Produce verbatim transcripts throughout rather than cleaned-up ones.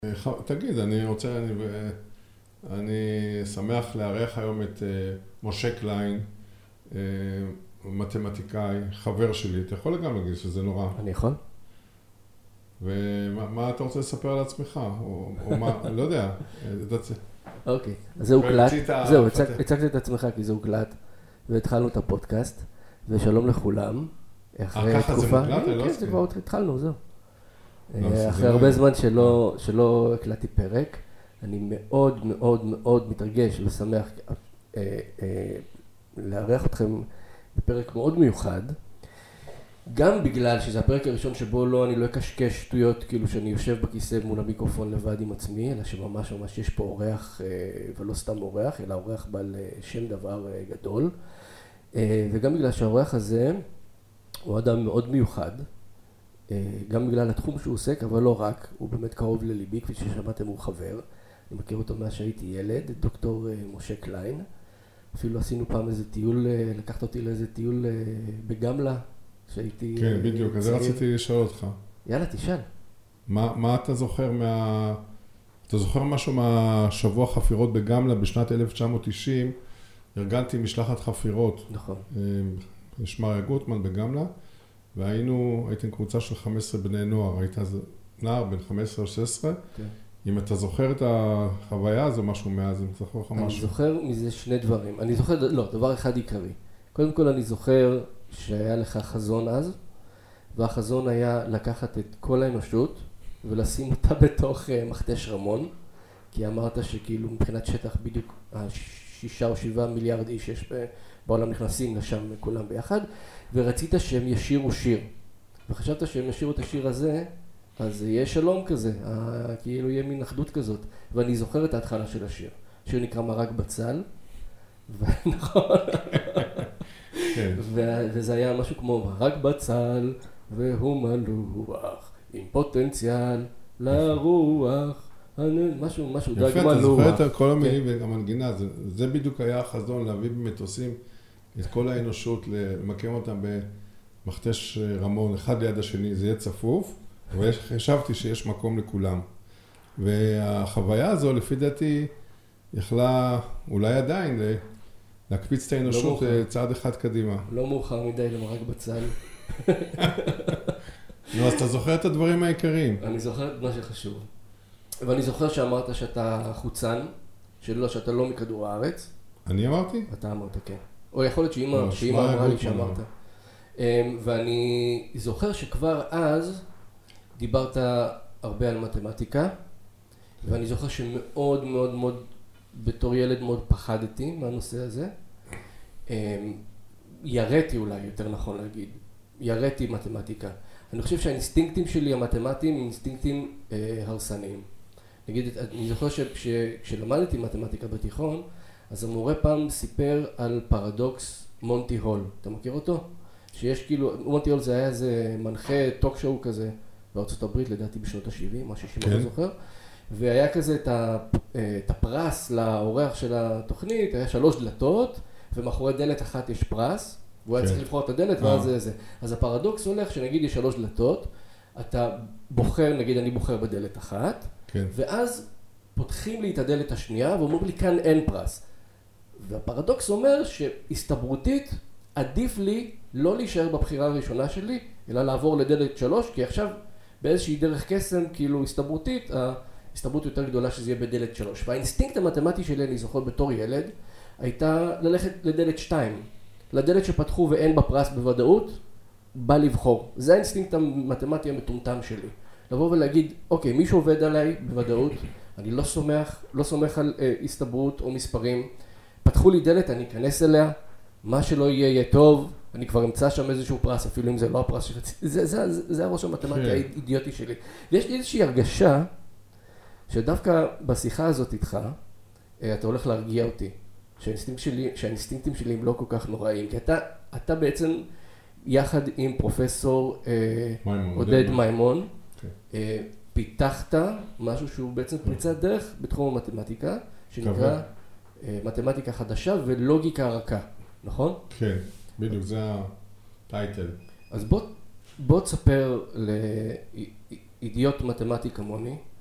תגיד, אני רוצה, אני, אני שמח לארח היום את משה קליין, מתמטיקאי, חבר שלי. אתה יכול גם להגיד שזה נורא. אני יכול. ומה אתה רוצה לספר על עצמך? או, או מה, לא יודע. אוקיי, אז זה הוקלט. זהו, הצגת את עצמך כי זה הוקלט, והתחלנו את הפודקאסט, ושלום לכולם. אחרי ככה זה מוקלט? כן, זה כבר התחלנו, זהו. אחרי הרבה זמן שלא, שלא הקלטתי פרק, אני מאוד מאוד מאוד מתרגש ושמח לארח אתכם בפרק מאוד מיוחד, גם בגלל שזה הפרק הראשון שבו לא, אני לא אקשקש שטויות, כאילו שאני יושב בכיסא מול המיקרופון לבד עם עצמי, אלא שממש ממש יש פה אורח, ולא סתם אורח, אלא אורח בעל שם דבר גדול, וגם בגלל שהאורח הזה הוא אדם מאוד מיוחד, גם בגלל התחום שהוא עוסק, אבל לא רק, הוא באמת קרוב לליבי, כפי ששמעתם הוא חבר. אני מכיר אותו מאז שהייתי ילד, דוקטור משה קליין. אפילו עשינו פעם איזה טיול, לקחת אותי לאיזה טיול בגמלה, שהייתי... כן, בדיוק, אז רציתי לשאול אותך. יאללה, תשאל. מה, מה אתה זוכר מה... אתה זוכר משהו מהשבוע חפירות בגמלה בשנת אלף תשע מאות תשעים? ארגנתי משלחת חפירות. נכון. שמריה גוטמן בגמלה. והיינו, הייתם קבוצה של חמישה עשר בני נוער, היית אז נער בן חמש עשרה או שש עשרה. כן. אם אתה זוכר את החוויה הזו משהו מאז, אם אתה זוכר לך משהו. אני זוכר מזה שני דברים. אני זוכר, לא, דבר אחד עיקרי. קודם כל אני זוכר שהיה לך חזון אז, והחזון היה לקחת את כל האנושות ולשים אותה בתוך מכתש רמון, כי אמרת שכאילו מבחינת שטח בדיוק השישה או שבעה מיליארד איש יש בעולם נכנסים לשם כולם ביחד, ורצית שהם ישירו שיר. וחשבת שהם ישירו את השיר הזה, אז יהיה שלום כזה, כאילו יהיה מין אחדות כזאת. ואני זוכר את ההתחלה של השיר. שיר נקרא מרק בצל, ונכון. וזה היה משהו כמו מרק בצל, והוא מלוח, עם פוטנציאל לרוח. משהו, משהו דג מלוח. יפה, אתה זוכר את כל המילים והמנגינה, זה בדיוק היה החזון, להביא במטוסים את כל האנושות, למקם אותם במכתש רמון, אחד ליד השני, זה יהיה צפוף, וחשבתי שיש מקום לכולם. והחוויה הזו, לפי דעתי, יכלה אולי עדיין להקפיץ את האנושות צעד אחד קדימה. לא מאוחר מדי למרק בצל. נו, אז אתה זוכר את הדברים העיקריים. אני זוכר את מה שחשוב. ואני זוכר שאמרת שאתה חוצן, שלא, שאתה לא מכדור הארץ. אני אמרתי? אתה אמרת, כן. או יכול להיות שאמא, שאמא אמרה לי שאמרת. ואני זוכר שכבר אז דיברת הרבה על מתמטיקה, ואני זוכר שמאוד מאוד מאוד, בתור ילד מאוד פחדתי מהנושא הזה. יראתי אולי, יותר נכון להגיד, יראתי מתמטיקה. אני חושב שהאינסטינקטים שלי המתמטיים הם אינסטינקטים הרסניים. נגיד, אני זוכר שכשלמדתי מתמטיקה בתיכון, אז המורה פעם סיפר על פרדוקס מונטי הול. אתה מכיר אותו? שיש כאילו, מונטי הול זה היה איזה מנחה טוק שואו כזה בארצות הברית, לדעתי בשנות ה-שבעים, מה ש-שבעים, אני לא זוכר. והיה כזה את הפרס לאורח של התוכנית, היה שלוש דלתות, ומאחורי דלת אחת יש פרס, והוא היה צריך לבחור את הדלת, ואז זה זה. אז הפרדוקס הולך שנגיד יש שלוש דלתות, אתה בוחר, נגיד אני בוחר בדלת אחת, ואז פותחים לי את הדלת השנייה, ואומרים לי כאן אין פרס. והפרדוקס אומר שהסתברותית עדיף לי לא להישאר בבחירה הראשונה שלי, אלא לעבור לדלת שלוש, כי עכשיו באיזושהי דרך קסם, כאילו הסתברותית, ההסתברות יותר גדולה שזה יהיה בדלת שלוש. והאינסטינקט המתמטי שלי, אני זוכר בתור ילד, הייתה ללכת לדלת שתיים. לדלת שפתחו ואין בה פרס בוודאות, בא לבחור. זה האינסטינקט המתמטי המטומטם שלי. לבוא ולהגיד, אוקיי, מישהו עובד עליי בוודאות, אני לא סומך, לא סומך על אה, הסתברות או מספרים. פתחו לי דלת, אני אכנס אליה, מה שלא יהיה יהיה טוב, אני כבר אמצא שם איזשהו פרס, אפילו אם זה לא הפרס שרציתי. זה, זה, זה, זה הראש המתמטי האידיוטי שלי. ויש לי איזושהי הרגשה, שדווקא בשיחה הזאת איתך, אה, אתה הולך להרגיע אותי. שהאינסטינקטים שלי, שהאינסטינקטים שלי הם לא כל כך נוראים, כי אתה, אתה בעצם יחד עם פרופסור אה, עודד מימון, okay. אה, פיתחת משהו שהוא בעצם פריצת דרך בתחום המתמטיקה, שנקרא אה, מתמטיקה חדשה ולוגיקה רכה, נכון? כן, בדיוק, זה הטייטל. אז בוא, בוא תספר לאידיוט מתמטי כמוני,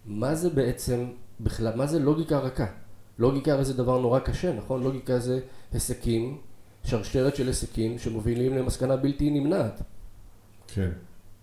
מה זה בעצם, בכלל, מה זה לוגיקה רכה? לוגיקה הרי זה דבר נורא קשה, נכון? לוגיקה זה היסקים, שרשרת של היסקים שמובילים למסקנה בלתי נמנעת. כן.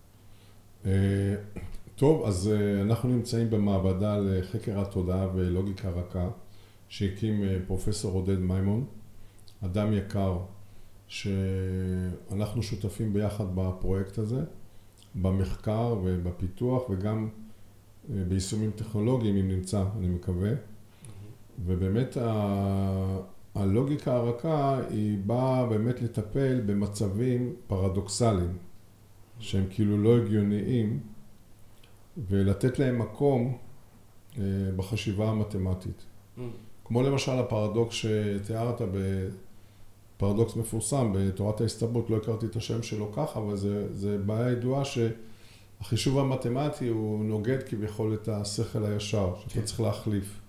טוב, אז אנחנו נמצאים במעבדה לחקר התודעה ולוגיקה רכה, שהקים פרופסור עודד מימון, אדם יקר, שאנחנו שותפים ביחד בפרויקט הזה, במחקר ובפיתוח וגם ביישומים טכנולוגיים, אם נמצא, אני מקווה. ובאמת הלוגיקה הרכה היא באה באמת לטפל במצבים פרדוקסליים, שהם כאילו לא הגיוניים, ולתת להם מקום בחשיבה המתמטית. כמו למשל הפרדוקס שתיארת בפרדוקס מפורסם בתורת ההסתברות, לא הכרתי את השם שלו ככה, אבל זה, זה בעיה ידועה שהחישוב המתמטי הוא נוגד כביכול את השכל הישר, שאתה צריך להחליף.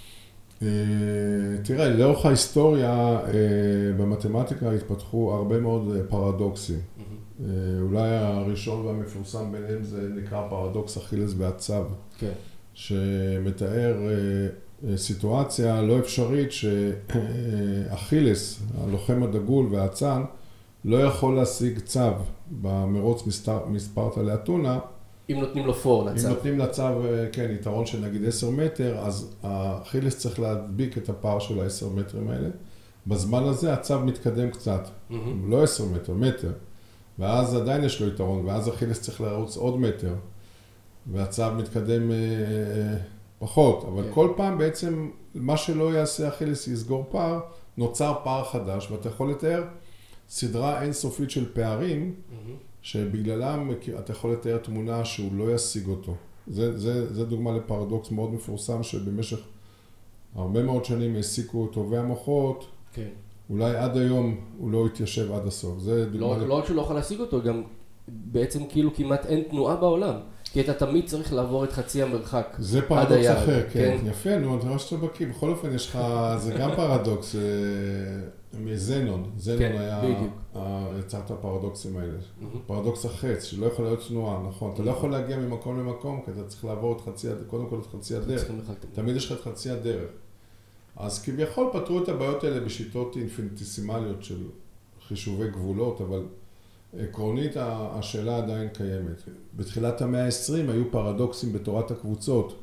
תראה, לאורך ההיסטוריה במתמטיקה התפתחו הרבה מאוד פרדוקסים. אולי הראשון והמפורסם ביניהם זה נקרא פרדוקס אכילס והצב, שמתאר סיטואציה לא אפשרית שאכילס, הלוחם הדגול והאצן, לא יכול להשיג צב במרוץ מספרטה לאתונה. אם נותנים לו פור לצב. אם נותנים לצב, כן, יתרון של נגיד עשר מטר, אז האכילס צריך להדביק את הפער של העשר מטרים האלה. בזמן הזה הצב מתקדם קצת, mm-hmm. לא עשר מטר, מטר. ואז עדיין יש לו יתרון, ואז האכילס צריך לרוץ עוד מטר. והצב מתקדם אה, אה, פחות, אבל כן. כל פעם בעצם מה שלא יעשה האכילס יסגור פער, נוצר פער חדש, ואתה יכול לתאר סדרה אינסופית של פערים, mm-hmm. שבגללם אתה יכול לתאר תמונה שהוא לא ישיג אותו. זה, זה, זה דוגמה לפרדוקס מאוד מפורסם, שבמשך הרבה מאוד שנים העסיקו טובי המוחות, כן. אולי עד היום הוא לא התיישב עד הסוף. זה דוגמה לא, לפ... לא רק שהוא לא יכול להשיג אותו, גם בעצם כאילו כמעט אין תנועה בעולם. כי אתה תמיד צריך לעבור את חצי המרחק. זה פרדוקס אחר, כן. כן. יפה, נו, אתה רואה שאתה בקיא. בכל אופן, יש לך, זה גם פרדוקס מזנון. זנון כן, היה, יצר את הפרדוקסים האלה. Mm-hmm. פרדוקס החץ, שלא יכול להיות תנועה, נכון. Mm-hmm. אתה לא יכול להגיע ממקום למקום, כי אתה צריך לעבור את חצי, קודם כל את חצי הדרך. תמיד יש לך את חצי הדרך. אז כביכול פתרו את הבעיות האלה בשיטות אינפיניטיסימליות של חישובי גבולות, אבל עקרונית השאלה עדיין קיימת. בתחילת המאה ה-עשרים היו פרדוקסים בתורת הקבוצות.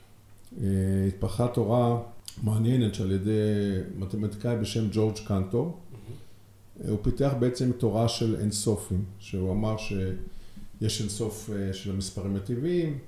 התפתחה תורה מעניינת שעל ידי מתמטיקאי בשם ג'ורג' קנטור. Mm-hmm. הוא פיתח בעצם תורה של אינסופים, שהוא אמר שיש אינסוף של המספרים הטבעיים,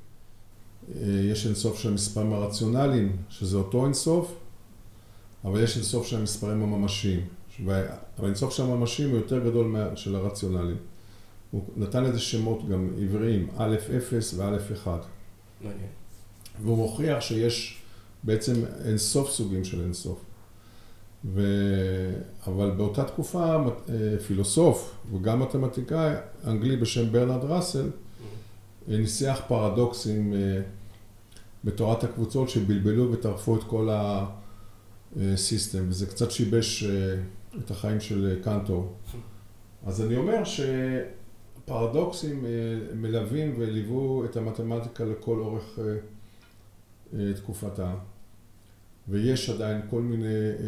יש אינסוף של המספרים הרציונליים, שזה אותו אינסוף, אבל יש אינסוף של המספרים הממשיים. והאינסוף של הממשיים הוא יותר גדול של הרציונליים. הוא נתן לזה שמות גם עבריים, א' אפס וא' אחד. מעניין. והוא מוכיח שיש בעצם אינסוף סוגים של אינסוף. ו... אבל באותה תקופה פילוסוף וגם מתמטיקאי אנגלי בשם ברנרד ראסל ניסח פרדוקסים בתורת הקבוצות שבלבלו וטרפו את כל הסיסטם, וזה קצת שיבש את החיים של קנטור. אז אני אומר שפרדוקסים מלווים וליוו את המתמטיקה לכל אורך תקופתה. ויש עדיין כל מיני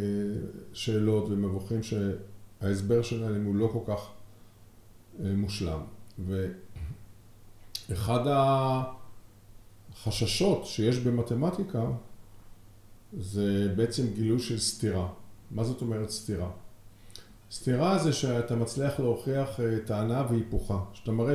שאלות ומבוכים שההסבר שלהם הוא לא כל כך מושלם. ואחד החששות שיש במתמטיקה זה בעצם גילוי של סתירה. מה זאת אומרת סתירה? סתירה זה שאתה מצליח להוכיח טענה והיפוכה. שאתה מראה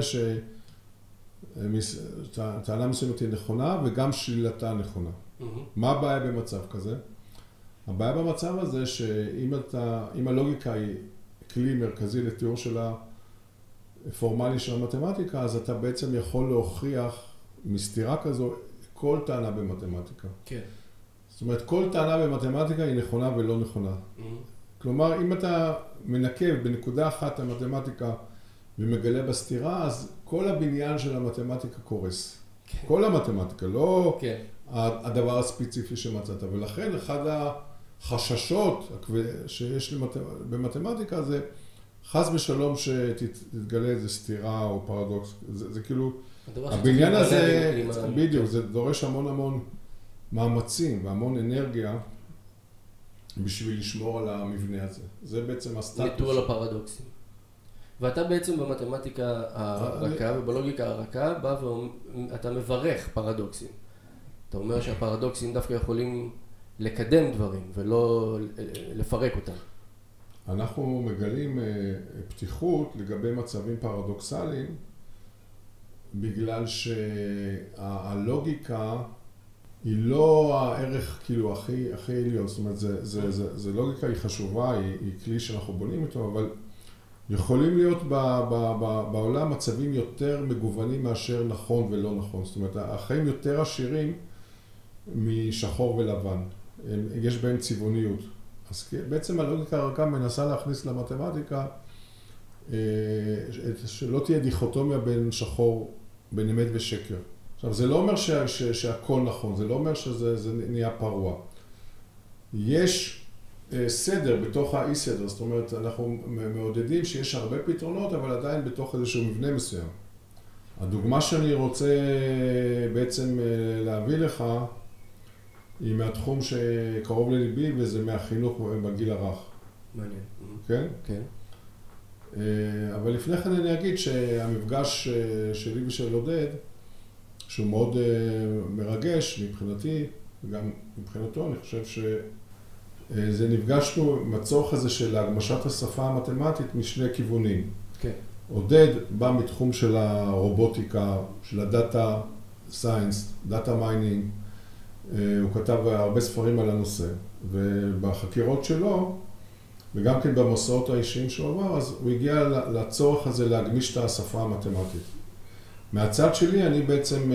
שטענה מסוימת היא נכונה וגם שלילתה נכונה. Mm-hmm. מה הבעיה במצב כזה? הבעיה במצב הזה שאם אתה, אם הלוגיקה היא כלי מרכזי לתיאור של הפורמלי של המתמטיקה, אז אתה בעצם יכול להוכיח מסתירה כזו כל טענה במתמטיקה. כן. זאת אומרת, כל טענה במתמטיקה היא נכונה ולא נכונה. Mm-hmm. כלומר, אם אתה מנקב בנקודה אחת המתמטיקה ומגלה בסתירה, אז כל הבניין של המתמטיקה קורס. כן. כל המתמטיקה, לא כן. הדבר הספציפי שמצאת. ולכן, אחד החששות שיש במתמטיקה זה חס ושלום שתתגלה איזו סתירה או פרדוקס. זה, זה כאילו הבניין הזה, בדיוק, זה דורש המון המון מאמצים והמון אנרגיה בשביל לשמור על המבנה הזה. זה בעצם הסטטוס. נטול הפרדוקסים. ואתה בעצם במתמטיקה הרכה ובלוגיקה הרכה בא ואתה מברך פרדוקסים. אתה אומר שהפרדוקסים דווקא יכולים לקדם דברים ולא לפרק אותם. אנחנו מגלים פתיחות לגבי מצבים פרדוקסליים בגלל שהלוגיקה היא לא הערך כאילו הכי הכי עליון, זאת אומרת זה זה זה זה לוגיקה היא חשובה, היא, היא כלי שאנחנו בונים איתו, אבל יכולים להיות ב, ב, ב, בעולם מצבים יותר מגוונים מאשר נכון ולא נכון. זאת אומרת, החיים יותר עשירים משחור ולבן. יש בהם צבעוניות. אז בעצם הלוגיקה הרכה מנסה להכניס למתמטיקה שלא תהיה דיכוטומיה בין שחור, בין אמת ושקר. עכשיו, זה לא אומר ש, ש, שהכל נכון, זה לא אומר שזה זה נהיה פרוע. יש סדר בתוך האי סדר, זאת אומרת, אנחנו מעודדים שיש הרבה פתרונות, אבל עדיין בתוך איזשהו מבנה מסוים. הדוגמה שאני רוצה בעצם להביא לך, היא מהתחום שקרוב לליבי, וזה מהחינוך בגיל הרך. מעניין. כן? כן. אבל לפני כן אני אגיד שהמפגש שלי ושל עודד, שהוא מאוד מרגש מבחינתי, וגם מבחינתו, אני חושב ש... זה נפגשנו עם הצורך הזה של הגמשת השפה המתמטית משני כיוונים. כן. עודד בא מתחום של הרובוטיקה, של הדאטה סיינס, דאטה מיינינג. הוא כתב הרבה ספרים על הנושא, ובחקירות שלו, וגם כן במסעות האישיים שהוא עבר, אז הוא הגיע לצורך הזה להגמיש את השפה המתמטית. מהצד שלי אני בעצם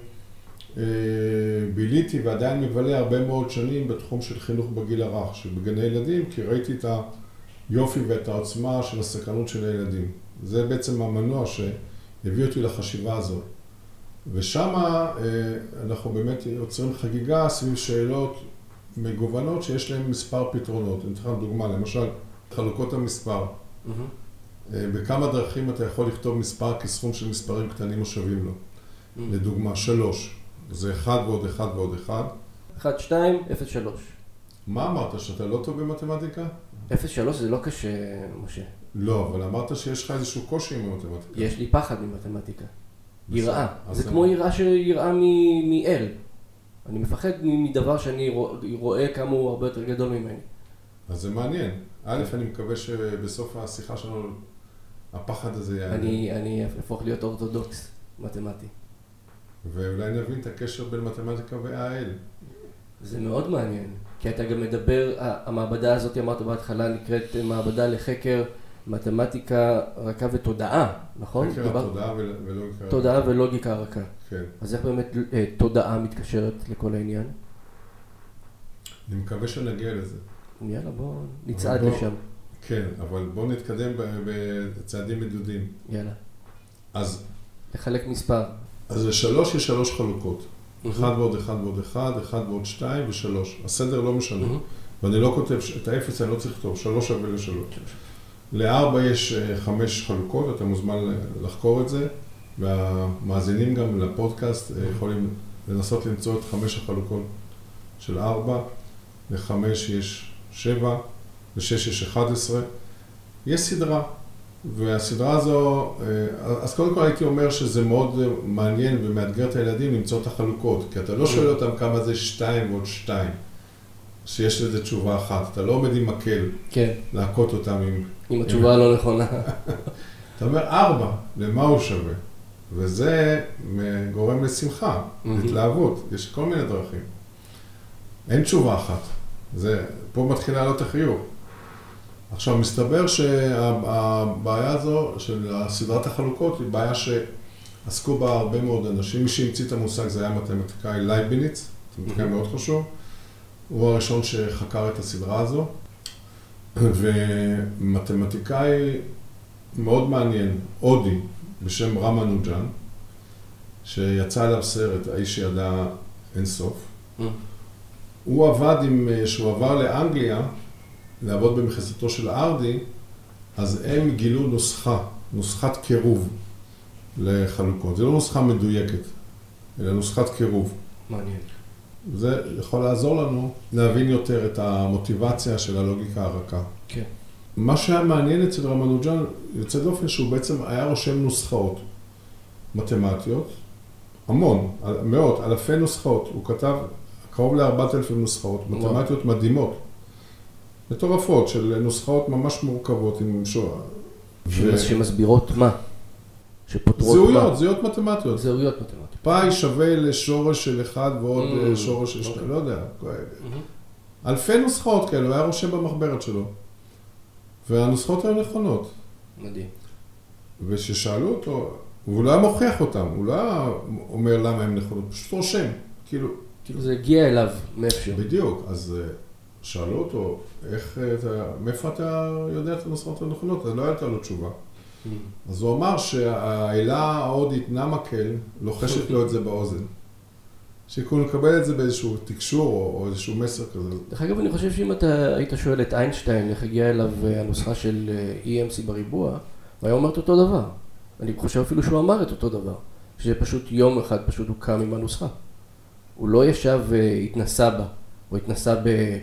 ביליתי ועדיין מבלה הרבה מאוד שנים בתחום של חינוך בגיל הרך, שבגני ילדים, כי ראיתי את היופי ואת העוצמה של הסקרנות של הילדים. זה בעצם המנוע שהביא אותי לחשיבה הזאת. ושם אנחנו באמת יוצרים חגיגה סביב שאלות מגוונות שיש להן מספר פתרונות. אני אתן לך דוגמה, למשל, חלוקות המספר. Mm-hmm. בכמה דרכים אתה יכול לכתוב מספר כסכום של מספרים קטנים או שווים לו. Mm-hmm. לדוגמה, שלוש. זה אחד ועוד אחד ועוד אחד. אחד, שתיים, אפס, שלוש. מה אמרת? שאתה לא טוב במתמטיקה? אפס, שלוש זה לא קשה, משה. לא, אבל אמרת שיש לך איזשהו קושי עם המתמטיקה. יש לי פחד ממתמטיקה. יראה. זה כמו יראה שיראה מאל. אני מפחד מדבר שאני רואה כמה הוא הרבה יותר גדול ממני. אז זה מעניין. א', אני מקווה שבסוף השיחה שלנו הפחד הזה יעלה. אני, אני אפוך להיות אורתודוקס, מתמטי. ואולי נבין את הקשר בין מתמטיקה והאל. זה מאוד מעניין, כי אתה גם מדבר, המעבדה הזאת, אמרת בהתחלה, נקראת מעבדה לחקר מתמטיקה רכה ותודעה, נכון? חקר התודעה ולוגיקה. תודעה ולוגיקה רכה. כן. אז איך באמת תודעה מתקשרת לכל העניין? אני מקווה שנגיע לזה. יאללה, בוא נצעד לשם. כן, אבל בוא נתקדם בצעדים מדודים. יאללה. אז... לחלק מספר. אז לשלוש יש שלוש חלוקות. אחד ועוד אחד ועוד אחד, אחד ועוד שתיים ושלוש. הסדר לא משנה. ואני לא כותב, את האפס אני לא צריך לכתוב, שלוש שווה לשלוש. לארבע יש חמש חלוקות, אתה מוזמן לחקור את זה, והמאזינים גם לפודקאסט יכולים לנסות למצוא את חמש החלוקות של ארבע, לחמש יש שבע, לשש יש אחד עשרה. יש סדרה, והסדרה הזו, אז קודם כל הייתי אומר שזה מאוד מעניין ומאתגר את הילדים למצוא את החלוקות, כי אתה לא שואל אותם כמה זה שתיים ועוד שתיים, שיש לזה תשובה אחת, אתה לא עומד עם מקל, כן. להכות אותם עם... עם התשובה הלא נכונה. אתה אומר ארבע, למה הוא שווה? וזה גורם לשמחה, להתלהבות, יש כל מיני דרכים. אין תשובה אחת, זה, פה מתחילה לעלות החיוך. עכשיו, מסתבר שהבעיה הזו של סדרת החלוקות היא בעיה שעסקו בה הרבה מאוד אנשים. מי שהמציא את המושג זה היה מתמטיקאי לייבניץ, מתמטיקאי מאוד חשוב. הוא הראשון שחקר את הסדרה הזו. ומתמטיקאי מאוד מעניין, הודי, בשם רמנוג'אן, שיצא עליו סרט, האיש שידע אינסוף. הוא עבד עם, שהוא עבר לאנגליה, לעבוד במכסתו של ארדי, אז הם גילו נוסחה, נוסחת קירוב. לחלוקות. זה לא נוסחה מדויקת, אלא נוסחת קירוב. מעניין. זה יכול לעזור לנו להבין יותר את המוטיבציה של הלוגיקה הרכה. כן. מה שהיה מעניין אצל רמנוג'אן, יוצא דופן שהוא בעצם היה רושם נוסחאות מתמטיות, המון, מאות, אלפי נוסחאות. הוא כתב קרוב לארבעת אלפים נוסחאות, מתמטיות מדהימות, מטורפות, של נוסחאות ממש מורכבות עם שואה. ו... שמסבירות מה? שפותרות זהויות, מה? זהויות מתמטיות. זהויות מתמטיות. פאי שווה לשורש של אחד ועוד mm, שורש של שני, okay. לא יודע. Mm-hmm. אלפי נוסחאות כאלו, היה רושם במחברת שלו. והנוסחאות היו נכונות. מדהים. וששאלו אותו, והוא לא היה מוכיח אותם, הוא לא היה אומר למה הם נכונות, פשוט רושם. כאילו... כאילו זה הגיע אליו מאיפשהו. בדיוק, אז שאלו אותו, איך אתה, מאיפה אתה יודע את הנוסחאות הנכונות? אז לא הייתה לו תשובה. אז הוא אמר שהאלה ההודית נמקל לוחשת לו את זה באוזן. שכאילו נקבל את זה באיזשהו תקשור או איזשהו מסר כזה. דרך אגב, אני חושב שאם אתה היית שואל את איינשטיין איך הגיע אליו הנוסחה של אי אם סי בריבוע, הוא היה אומר את אותו דבר. אני חושב אפילו שהוא אמר את אותו דבר. שזה פשוט יום אחד, פשוט הוא קם עם הנוסחה. הוא לא ישב והתנסה בה, או התנסה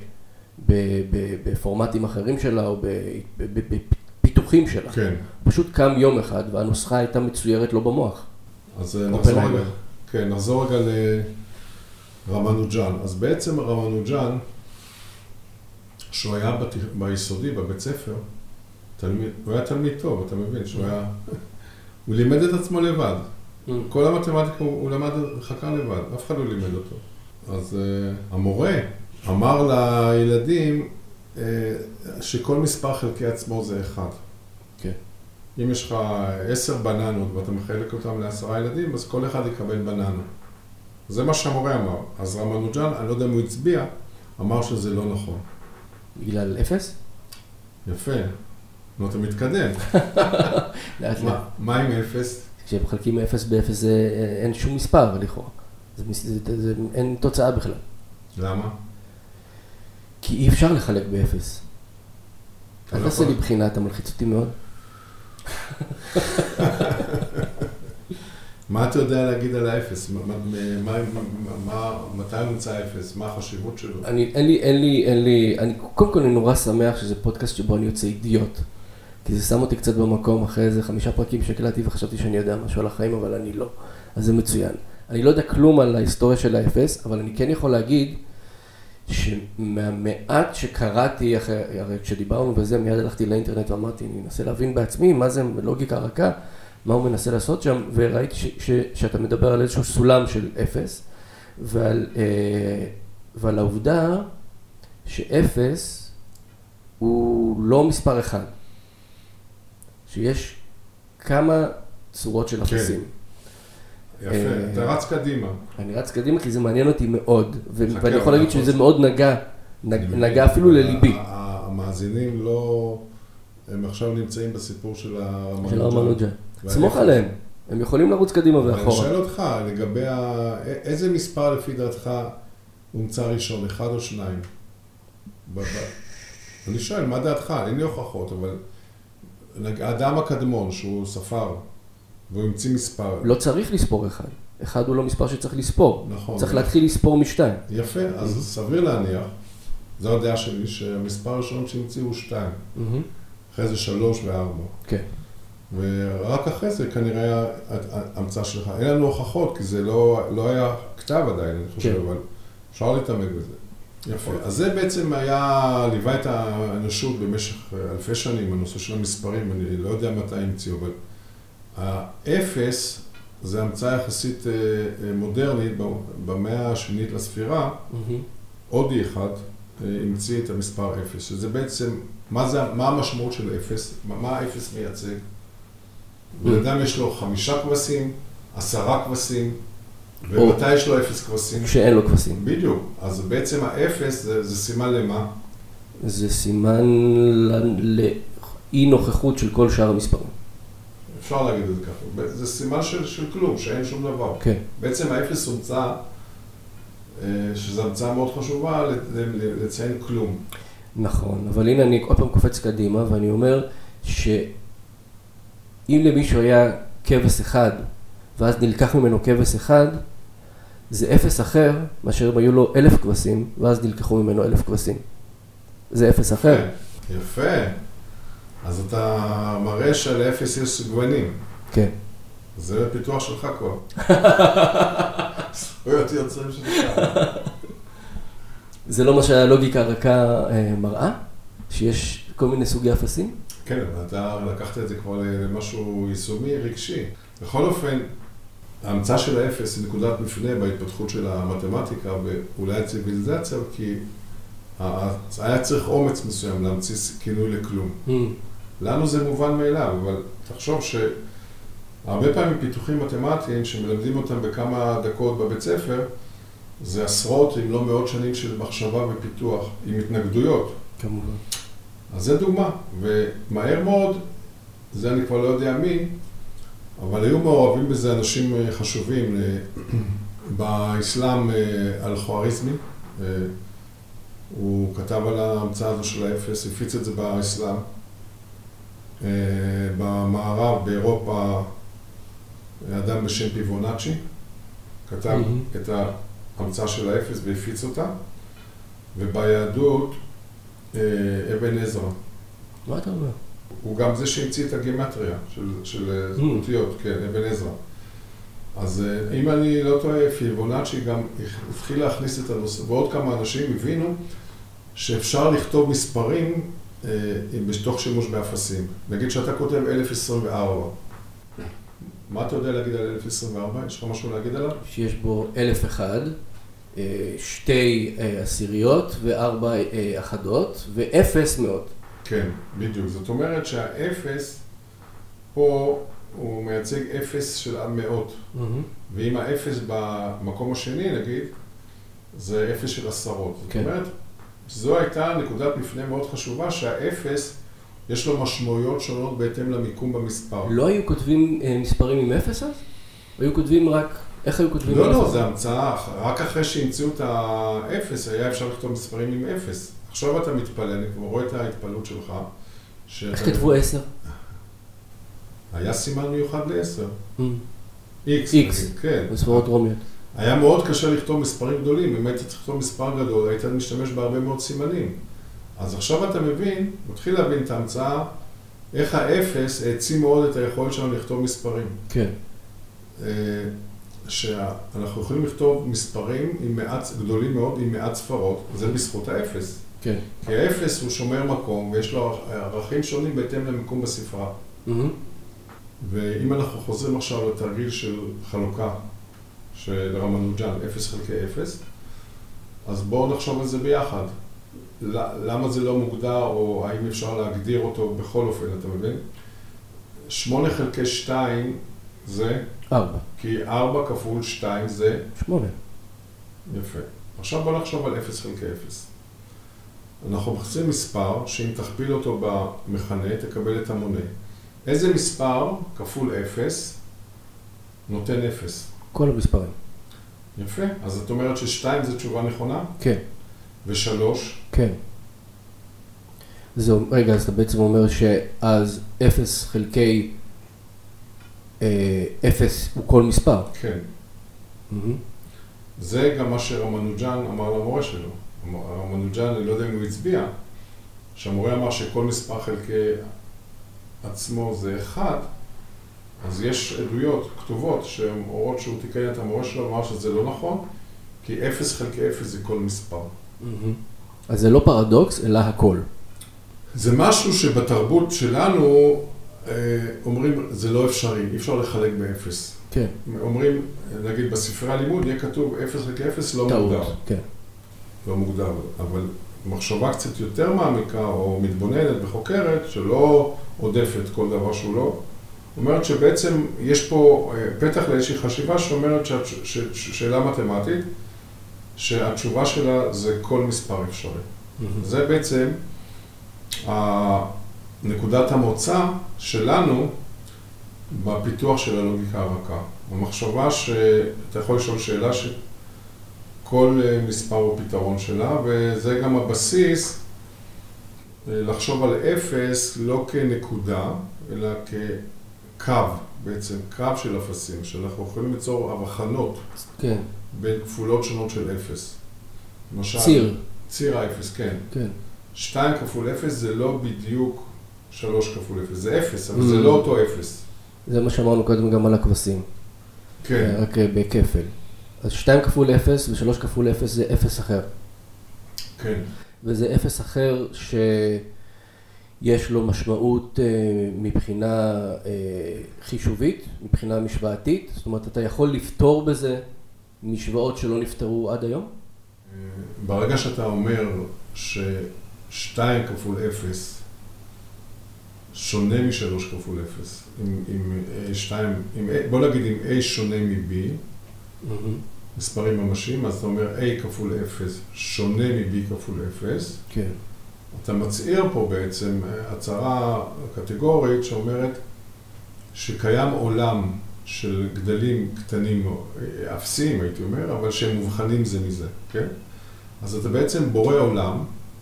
בפורמטים אחרים שלה, או בפיתוחים שלה. כן. הוא פשוט קם יום אחד, והנוסחה הייתה מצוירת לו במוח. אז נחזור רגע, כן, נחזור רגע לרמנוג'אן. אז בעצם רמנוג'אן, שהוא היה ביסודי, בבית ספר, תלמיד, הוא היה תלמיד טוב, אתה מבין, שהוא היה, הוא לימד את עצמו לבד. כל המתמטיקה הוא למד חקר לבד, אף אחד לא לימד אותו. אז uh, המורה אמר לילדים uh, שכל מספר חלקי עצמו זה אחד. כן. אם יש לך עשר בננות ואתה מחלק אותם לעשרה ילדים, אז כל אחד יקבל בננה. זה מה שהמורה אמר. אז רמנוג'אן, אני לא יודע אם הוא הצביע, אמר שזה לא נכון. בגלל אפס? יפה. נו, אתה מתקדם. מה, מה עם אפס? כשמחלקים מאפס באפס אין שום מספר לכאורה. אין תוצאה בכלל. למה? כי אי אפשר לחלק באפס. אל תעשה לי בחינה, אתה מלחיץ אותי מאוד. מה אתה יודע להגיד על האפס? מתי הוא נמצא האפס? מה החשיבות שלו? אין לי, אין לי, אין לי, קודם כל אני נורא שמח שזה פודקאסט שבו אני יוצא אידיוט. כי זה שם אותי קצת במקום אחרי איזה חמישה פרקים שקלטתי וחשבתי שאני יודע משהו על החיים, אבל אני לא. אז זה מצוין. אני לא יודע כלום על ההיסטוריה של האפס, אבל אני כן יכול להגיד שמהמעט שקראתי, אחרי, הרי כשדיברנו וזה, מיד הלכתי לאינטרנט ואמרתי, אני אנסה להבין בעצמי מה זה לוגיקה רכה, מה הוא מנסה לעשות שם, וראיתי ש, ש, שאתה מדבר על איזשהו סולם של אפס, ועל, ועל העובדה שאפס הוא לא מספר אחד. שיש כמה צורות של אפסים. יפה, אתה רץ קדימה. אני רץ קדימה כי זה מעניין אותי מאוד, ואני יכול להגיד שזה מאוד נגע, נגע אפילו לליבי. המאזינים לא, הם עכשיו נמצאים בסיפור של הרמנוג'אן. סמוך עליהם, הם יכולים לרוץ קדימה ואחורה. אני שואל אותך, לגבי איזה מספר לפי דעתך הומצא ראשון, אחד או שניים? אני שואל, מה דעתך? אין לי הוכחות, אבל... האדם הקדמון שהוא ספר, והוא המציא מספר. לא צריך לספור אחד. אחד הוא לא מספר שצריך לספור. נכון. צריך להתחיל לספור משתיים. יפה, אז סביר להניח, זו הדעה שלי, שהמספר הראשון שהמציאו הוא שתיים. אחרי זה שלוש וארבע. כן. ורק אחרי זה כנראה היה המצאה שלך. אין לנו הוכחות, כי זה לא היה כתב עדיין, אני חושב, אבל אפשר להתעמק בזה. יפה. אז זה בעצם היה, ליווה את האנושות במשך אלפי שנים, הנושא של המספרים, אני לא יודע מתי המציאו, אבל האפס זה המצאה יחסית מודרנית, במאה השנית לספירה, הודי אחד המציא את המספר אפס, שזה בעצם, מה זה, מה המשמעות של אפס, מה האפס מייצג? ולאדם יש לו חמישה כבשים, עשרה כבשים, ומתי יש לו אפס כבשים? כשאין לו כבשים. בדיוק. אז בעצם האפס זה, זה סימן למה? זה סימן לאי נוכחות של כל שאר המספרים. אפשר להגיד את זה ככה. זה סימן של, של כלום, שאין שום דבר. כן. בעצם האפס הומצא, שזו המצאה מאוד חשובה, לציין כלום. נכון, אבל הנה אני עוד פעם קופץ קדימה, ואני אומר שאם למישהו היה כבש אחד, ואז נלקח ממנו כבש אחד, זה אפס אחר, מאשר אם היו לו אלף כבשים, ואז נלקחו ממנו אלף כבשים. זה אפס אחר. יפה. אז אתה מראה שלאפס יש גוונים. כן. זה פיתוח שלך כבר. זכויות יוצרים שלך. זה לא מה שהלוגיקה הרכה מראה? שיש כל מיני סוגי אפסים? כן, אבל אתה לקחת את זה כבר למשהו יישומי, רגשי. בכל אופן, ההמצאה של האפס היא נקודת מפנה בהתפתחות של המתמטיקה ואולי הציביליזציה, כי היה צריך אומץ מסוים להמציא כינוי לכלום. Mm. לנו זה מובן מאליו, אבל תחשוב שהרבה פעמים פיתוחים מתמטיים שמלמדים אותם בכמה דקות בבית ספר, זה עשרות אם לא מאות שנים של מחשבה ופיתוח, עם התנגדויות. כמובן. אז זה דוגמה, ומהר מאוד, זה אני כבר לא יודע מי, אבל היו מעורבים בזה אנשים חשובים. באסלאם אל-חואריזמי, הוא כתב על ההמצאה הזו של האפס, הפיץ את זה באסלאם. במערב, באירופה, אדם בשם פיבונאצ'י, כתב mm-hmm. את ההמצאה של האפס והפיץ אותה, וביהדות, אבן עזרא. מה אתה אומר? הוא גם זה שהמציא את הגימטריה של, של mm. אותיות, כן, אבן עזרא. אז אם אני לא טועה, פיבונאצ'י גם התחיל להכניס את הנושא, ועוד כמה אנשים הבינו שאפשר לכתוב מספרים אה, בתוך שימוש באפסים. נגיד שאתה כותב אלף עשרים וארבע. מה אתה יודע להגיד על אלף עשרים וארבע? יש לך משהו להגיד עליו? שיש בו אלף אחד, שתי עשיריות וארבע אחדות, ואפס מאות. כן, בדיוק. זאת אומרת שהאפס פה הוא מייצג אפס של עד מאות. Mm-hmm. ואם האפס במקום השני, נגיד, זה אפס של עשרות. כן. זאת אומרת, זו הייתה נקודת מפנה מאוד חשובה, שהאפס יש לו משמעויות שונות בהתאם למיקום במספר. לא היו כותבים מספרים עם אפס אז? היו כותבים רק... איך היו כותבים? לא, לא, זה המצאה. רק אחרי שהמציאו את האפס, היה אפשר לכתוב מספרים עם אפס. עכשיו אתה מתפלא, אני כבר רואה את ההתפלות שלך. איך כתבו עשר? היה סימן מיוחד לעשר. איקס. איקס, כן. מספרות רומיות. היה מאוד קשה לכתוב מספרים גדולים. אם היית צריך לכתוב מספר גדול, היית משתמש בהרבה מאוד סימנים. אז עכשיו אתה מבין, מתחיל להבין את ההמצאה, איך האפס העצים מאוד את היכולת שלנו לכתוב מספרים. כן. שאנחנו יכולים לכתוב מספרים עם מעט, גדולים מאוד עם מעט ספרות, זה בזכות האפס. כן. כי האפס הוא שומר מקום ויש לו ערכים שונים בהתאם למקום בספרה. Mm-hmm. ואם אנחנו חוזרים עכשיו לתרגיל של חלוקה של רמנוג'אן, אפס חלקי אפס, אז בואו נחשוב על זה ביחד. למה זה לא מוגדר או האם אפשר להגדיר אותו בכל אופן, אתה מבין? שמונה חלקי שתיים זה... ארבע. כי ארבע כפול שתיים זה... שמונה. יפה. עכשיו בוא נחשוב על אפס חלקי אפס. אנחנו מחפשים מספר שאם תכפיל אותו במכנה תקבל את המונה. איזה מספר כפול אפס נותן אפס? כל המספרים. יפה. אז זאת אומרת ששתיים זה תשובה נכונה? כן. ושלוש? כן. זה, רגע, אז אתה בעצם אומר שאז אפס חלקי אפס הוא כל מספר. כן. Mm-hmm. זה גם מה שרמנוג'אן אמר למורה שלו. רמנוג'אן, אני לא יודע אם הוא הצביע, שהמורה אמר שכל מספר חלקי עצמו זה אחד, אז יש עדויות כתובות שאומרות שהוא תיקן את המורה שלו, אמר שזה לא נכון, כי אפס חלקי אפס זה כל מספר. Mm-hmm. אז זה לא פרדוקס, אלא הכל. זה משהו שבתרבות שלנו אומרים, זה לא אפשרי, אי אפשר לחלק באפס. כן. אומרים, נגיד בספרי הלימוד יהיה כתוב אפס חלקי אפס לא מוגדר. כן. לא מוגדר, אבל מחשבה קצת יותר מעמיקה או מתבוננת וחוקרת, שלא עודפת כל דבר שהוא לא, אומרת שבעצם יש פה פתח לאיזושהי חשיבה שאומרת שאלה מתמטית, שהתשובה שלה זה כל מספר אפשרי. Mm-hmm. זה בעצם נקודת המוצא שלנו בפיתוח של הלוגיקה הרכה. המחשבה שאתה יכול לשאול שאלה שכל מספר הוא פתרון שלה, וזה גם הבסיס לחשוב על אפס לא כנקודה, אלא כקו בעצם קרב של אפסים, שאנחנו יכולים ליצור הבחנות כן. בין כפולות שונות של אפס. למשל, ציר. ציר האפס, כן. כן. שתיים כפול אפס זה לא בדיוק שלוש כפול אפס, זה אפס, אבל mm. זה לא אותו אפס. זה מה שאמרנו קודם גם על הכבשים. כן. רק בכפל. אז שתיים כפול אפס ושלוש כפול אפס זה אפס אחר. כן. וזה אפס אחר שיש לו משמעות מבחינה חישובית, מבחינה משוואתית. זאת אומרת, אתה יכול לפתור בזה משוואות שלא נפתרו עד היום? ברגע שאתה אומר ש-שתיים כפול אפס שונה מ-שלוש כפול אפס, אם, אם A שתיים, אם, בוא נגיד אם A שונה מ-B, mm-hmm. מספרים ממשיים, אז אתה אומר A כפול אפס שונה מ-B כפול אפס. כן. אתה מצעיר פה בעצם הצהרה קטגורית שאומרת שקיים עולם של גדלים קטנים, אפסיים הייתי אומר, אבל שהם מובחנים זה מזה, כן? אז אתה בעצם בורא עולם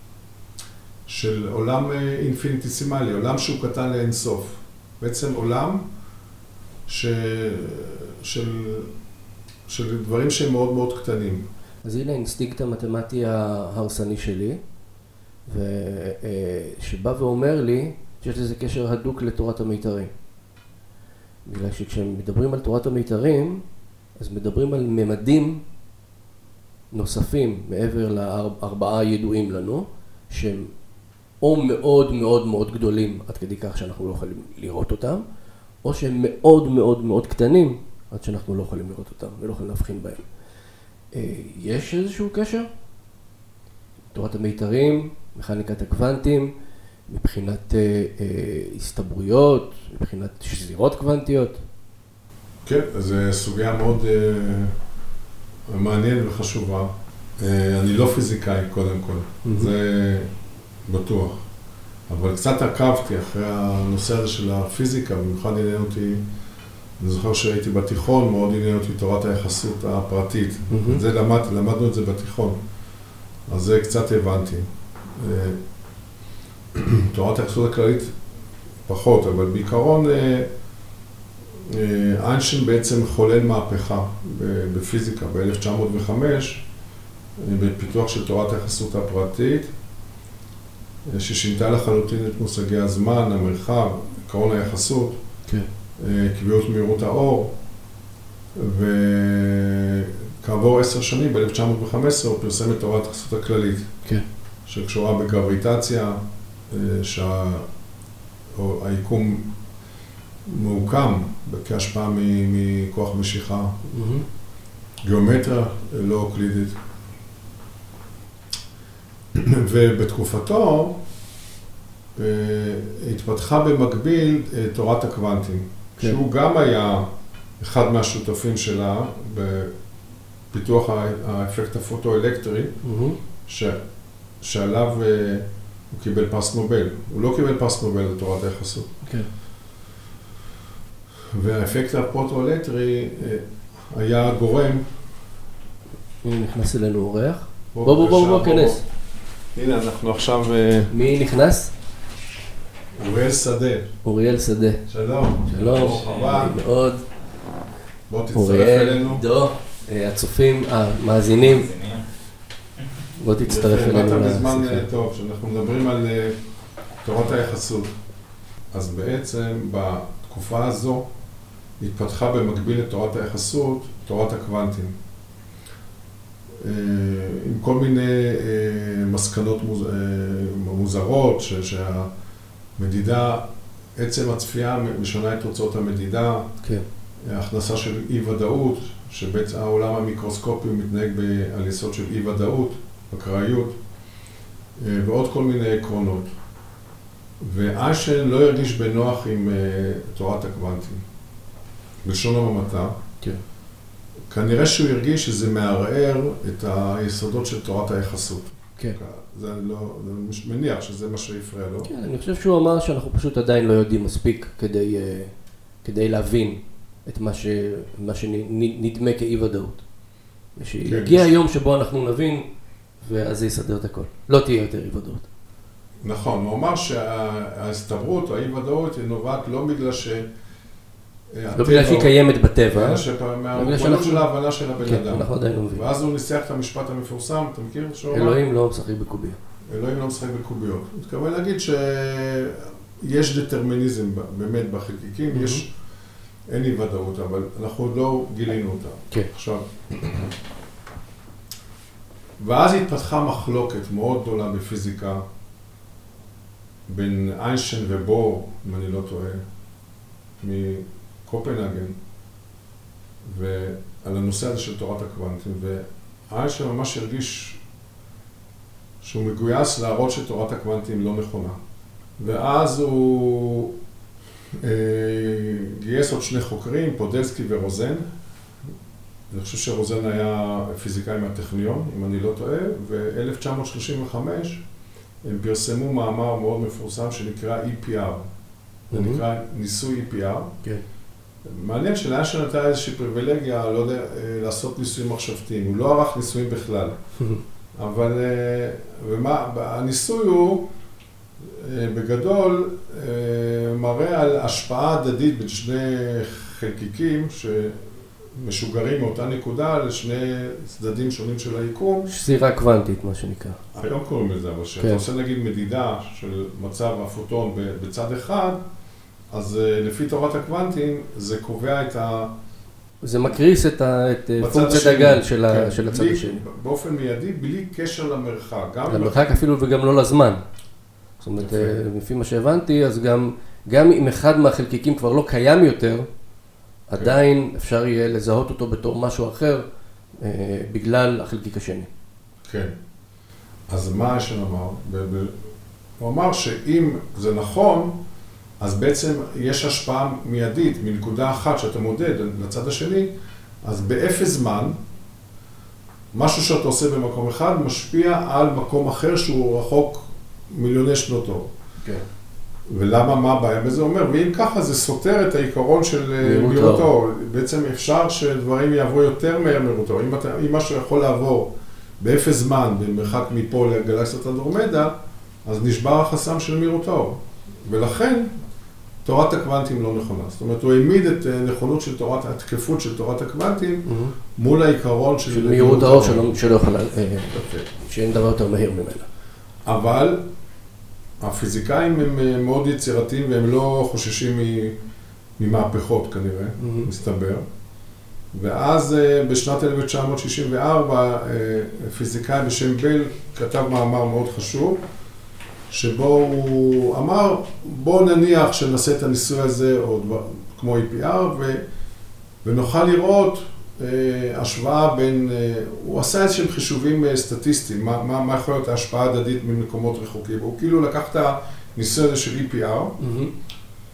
של עולם אינפיניטיסימלי, עולם שהוא קטן לאינסוף. בעצם עולם ש... של... של דברים שהם מאוד מאוד קטנים. אז הנה האינסטינקט המתמטי ההרסני שלי, שבא ואומר לי שיש לזה קשר הדוק לתורת המיתרים. בגלל שכשמדברים על תורת המיתרים, אז מדברים על ממדים נוספים מעבר לארבעה ידועים לנו, שהם או מאוד מאוד מאוד גדולים עד כדי כך שאנחנו לא יכולים לראות אותם, או שהם מאוד מאוד מאוד קטנים עד שאנחנו לא יכולים לראות אותם ולא יכולים להבחין בהם. יש איזשהו קשר? תורת המיתרים, מכניקת הקוונטים, מבחינת אה, אה, הסתברויות, מבחינת שזירות קוונטיות? כן, זו סוגיה מאוד אה, מעניינת וחשובה. אה, אני לא פיזיקאי קודם כל, mm-hmm. זה בטוח. אבל קצת עקבתי אחרי הנושא הזה של הפיזיקה, במיוחד עניין אותי, אני זוכר שהייתי בתיכון, מאוד עניין אותי תורת היחסות הפרטית. Mm-hmm. זה למד, למדנו את זה בתיכון, אז זה קצת הבנתי. אה, תורת היחסות הכללית פחות, אבל בעיקרון איינשטיין בעצם חולל מהפכה בפיזיקה ב-אלף תשע מאות וחמש, בפיתוח של תורת היחסות הפרטית, ששינתה לחלוטין את מושגי הזמן, המרחב, עקרון היחסות, כן. קביעות מהירות האור, וכעבור עשר שנים, ב-אלף תשע מאות וחמש עשרה, הוא פרסם את תורת היחסות הכללית, כן. שקשורה בגרביטציה, שהיקום מעוקם כהשפעה מכוח משיכה, גיאומטריה לא אוקלידית. ובתקופתו התפתחה במקביל תורת הקוונטים, שהוא גם היה אחד מהשותפים שלה בפיתוח האפקט הפוטו-אלקטרי, שעליו הוא קיבל פרס נובל. הוא לא קיבל פרס נובל לתורת היחסות. כן. והאפקט הפוטו-אלקטרי היה גורם. מי נכנס אלינו אורח? בוא בוא בוא בוא כנס. הנה, אנחנו עכשיו... מי נכנס? אוריאל שדה. אוריאל שדה. שלום. שלום. מאוד. בוא תצטרף אלינו. דו, הצופים, המאזינים. בוא תצטרף אלינו. אתה בזמן טוב, שאנחנו מדברים על תורת היחסות. אז בעצם בתקופה הזו התפתחה במקביל לתורת היחסות, תורת הקוונטים. עם כל מיני מסקנות מוזרות, שהמדידה, עצם הצפייה משנה את תוצאות המדידה, כן. הכנסה של אי-ודאות, שבעצם העולם המיקרוסקופי מתנהג על יסוד של אי-ודאות, בקראיות, ועוד כל מיני עקרונות. ואיינשטיין לא הרגיש בנוח עם תורת הקוונטים, בלשון המעטה. כן. כנראה שהוא הרגיש שזה מערער את היסודות של תורת היחסות. כן. זה לא, זה מניח שזה מה שהפריע לו. כן, אני חושב שהוא אמר שאנחנו פשוט עדיין לא יודעים מספיק כדי, כדי להבין את מה, ש, מה שנדמה כאי-ודאות. ושיגיע כן. היום שבו אנחנו נבין, ואז זה יסדר את הכל. לא תהיה יותר אי-ודאות. נכון, הוא אמר שההסתברות, האי-ודאות, היא נובעת לא בגלל ש... לא בגלל שהיא קיימת בטבע. מהמוגבלות של ההבנה של הבן אדם. אנחנו עדיין לא מבינים. ואז הוא ניסח את המשפט המפורסם, אתה מכיר? אלוהים לא משחק בקוביות. אלוהים לא משחק בקוביות. הוא מתכוון להגיד שיש דטרמיניזם באמת בחלקיקים, יש, אין לי ודאות, אבל אנחנו עוד לא גילינו אותה. כן. עכשיו, ואז התפתחה מחלוקת מאוד גדולה בפיזיקה, בין איינשטיין ובור, אם אני לא טועה, מקופנהגן, ועל הנושא הזה של תורת הקוונטים, ואיינשטיין ממש הרגיש שהוא מגויס להראות שתורת הקוונטים לא נכונה. ואז הוא אה, גייס עוד שני חוקרים, פודלסקי ורוזן. אני חושב שרוזן היה פיזיקאי מהטכניון, אם אני לא טועה, ו-אלף תשע מאות שלושים וחמש הם פרסמו מאמר מאוד מפורסם שנקרא אי פי אר. זה נקרא ניסוי אי פי אר. כן. מעניין שלאיינשטיין הייתה איזושהי פריבילגיה, לא יודע, לעשות ניסויים מחשבתיים. הוא לא ערך ניסויים בכלל. אבל, ומה, הניסוי הוא, בגדול, מראה על השפעה הדדית בין שני חלקיקים שמשוגרים מאותה נקודה לשני צדדים שונים של היקום. שזירה קוונטית, מה שנקרא. היום קוראים לזה, אבל שאתה עושה נגיד מדידה של מצב הפוטון בצד אחד, אז לפי תורת הקוונטים זה קובע את ה... זה מקריס את, ה... את פונקציית הגל של, כן, ה... של הצד בלי, השני. באופן מיידי, בלי קשר למרחק. למרחק אפילו וגם לא לזמן. זאת אומרת, לפי מה שהבנתי, אז גם, גם אם אחד מהחלקיקים כבר לא קיים יותר, כן. עדיין אפשר יהיה לזהות אותו בתור משהו אחר, אה, בגלל החלקיק השני. כן. אז מה איינשטיין אמר? הוא אמר שאם זה נכון, אז בעצם יש השפעה מיידית מנקודה אחת שאתה מודד לצד השני, אז באפס זמן, משהו שאתה עושה במקום אחד משפיע על מקום אחר שהוא רחוק מיליוני שנות אור. כן. ולמה, מה הבעיה בזה? אומר, ואם ככה זה סותר את העיקרון של מהירות האור. בעצם אפשר שדברים יעברו יותר מהר מהירות האור. אם, אם משהו יכול לעבור באפס זמן, במרחק מפה לגלקסיית אנדרומדה, אז נשבר החסם של מהירות האור. ולכן, תורת הקוונטים לא נכונה. זאת אומרת, הוא העמיד את נכונות של תורת, התקפות של תורת הקוונטים mm-hmm. מול העיקרון של... של מהירות האור שלא, שלא יכולה, שאין דבר יותר מהיר ממנה. אבל הפיזיקאים הם מאוד יצירתיים והם לא חוששים ממהפכות כנראה, mm-hmm. מסתבר. ואז בשנת אלף תשע מאות שישים וארבע פיזיקאי בשם בל כתב מאמר מאוד חשוב, שבו הוא אמר, בואו נניח שנעשה את הניסוי הזה, או דבר, כמו אי פי אר, ו, ונוכל לראות אה, השוואה בין, אה, הוא עשה איזשהם חישובים אה, סטטיסטיים, מה, מה, מה יכול להיות ההשפעה הדדית ממקומות רחוקים. הוא כאילו לקח את הניסוי הזה של אי פי אר, mm-hmm.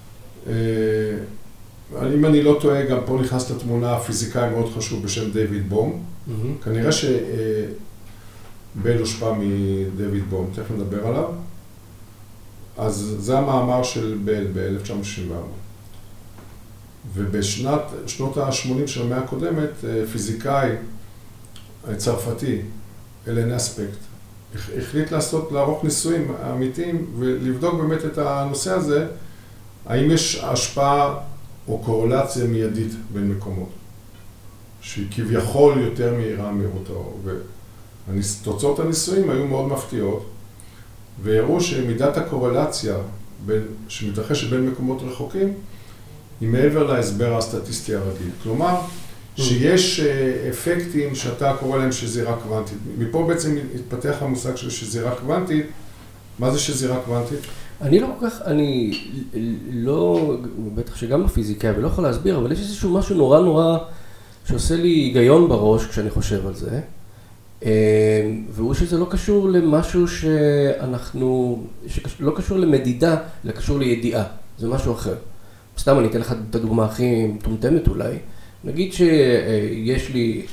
אה, אם אני לא טועה, גם פה נכנס לתמונה פיזיקאי מאוד חשוב בשם דיוויד בום, mm-hmm. כנראה שבל אה, הושפע מדייוויד בום, תכף נדבר עליו. אז זה המאמר של בל ב-אלף תשע מאות שישים וארבע. ובשנת, שנות ה-שמונים של המאה הקודמת, פיזיקאי צרפתי, אלן אספקט, החליט לעשות, לערוך ניסויים אמיתיים ולבדוק באמת את הנושא הזה, האם יש השפעה או קורלציה מיידית בין מקומות, שהיא כביכול יותר מהירה מהירות האור. ותוצאות הניסויים היו מאוד מפתיעות, והראו שמידת הקורלציה בין, שמתרחשת בין מקומות רחוקים, היא מעבר להסבר הסטטיסטי הרגיל. כלומר, שיש אפקטים שאתה קורא להם שזירה קוונטית. מפה בעצם התפתח המושג של שזירה קוונטית. מה זה שזירה קוונטית? אני לא כל כך, אני לא, בטח שגם בפיזיקה, ולא יכול להסביר, אבל יש איזשהו משהו נורא נורא שעושה לי היגיון בראש כשאני חושב על זה. והוא שזה לא קשור למשהו שאנחנו, שלא קשור למדידה, אלא קשור לידיעה. זה משהו אחר. סתם אני אתן לך את הדוגמה הכי מטומטמת אולי. נגיד שיש לי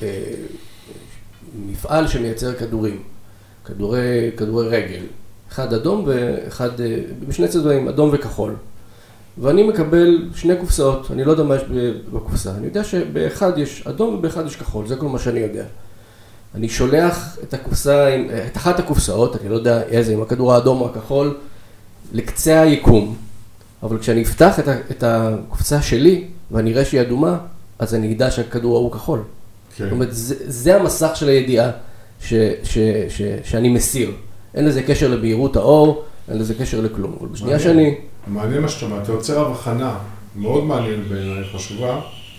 מפעל שמייצר כדורים, כדורי, כדורי רגל, אחד אדום ואחד, בשני צבעים, אדום וכחול. ואני מקבל שני קופסאות, אני לא יודע מה יש בקופסה. אני יודע שבאחד יש אדום ובאחד יש כחול, זה כל מה שאני יודע. אני שולח את הקופסה, את אחת הקופסאות, אני לא יודע איזה, עם הכדור האדום או הכחול, לקצה היקום. אבל כשאני אפתח את הקופסה שלי, ואני אראה שהיא אדומה, אז אני אדע שהכדור ההוא כחול. כן. זאת אומרת, זה, זה המסך של הידיעה ש, ש, ש, שאני מסיר. אין לזה קשר לבהירות האור, אין לזה קשר לכלום. אבל בשנייה שאני... מעניין מה שאתה אומר, אתה יוצר הבחנה מאוד מעניין בעיניי, חשובה,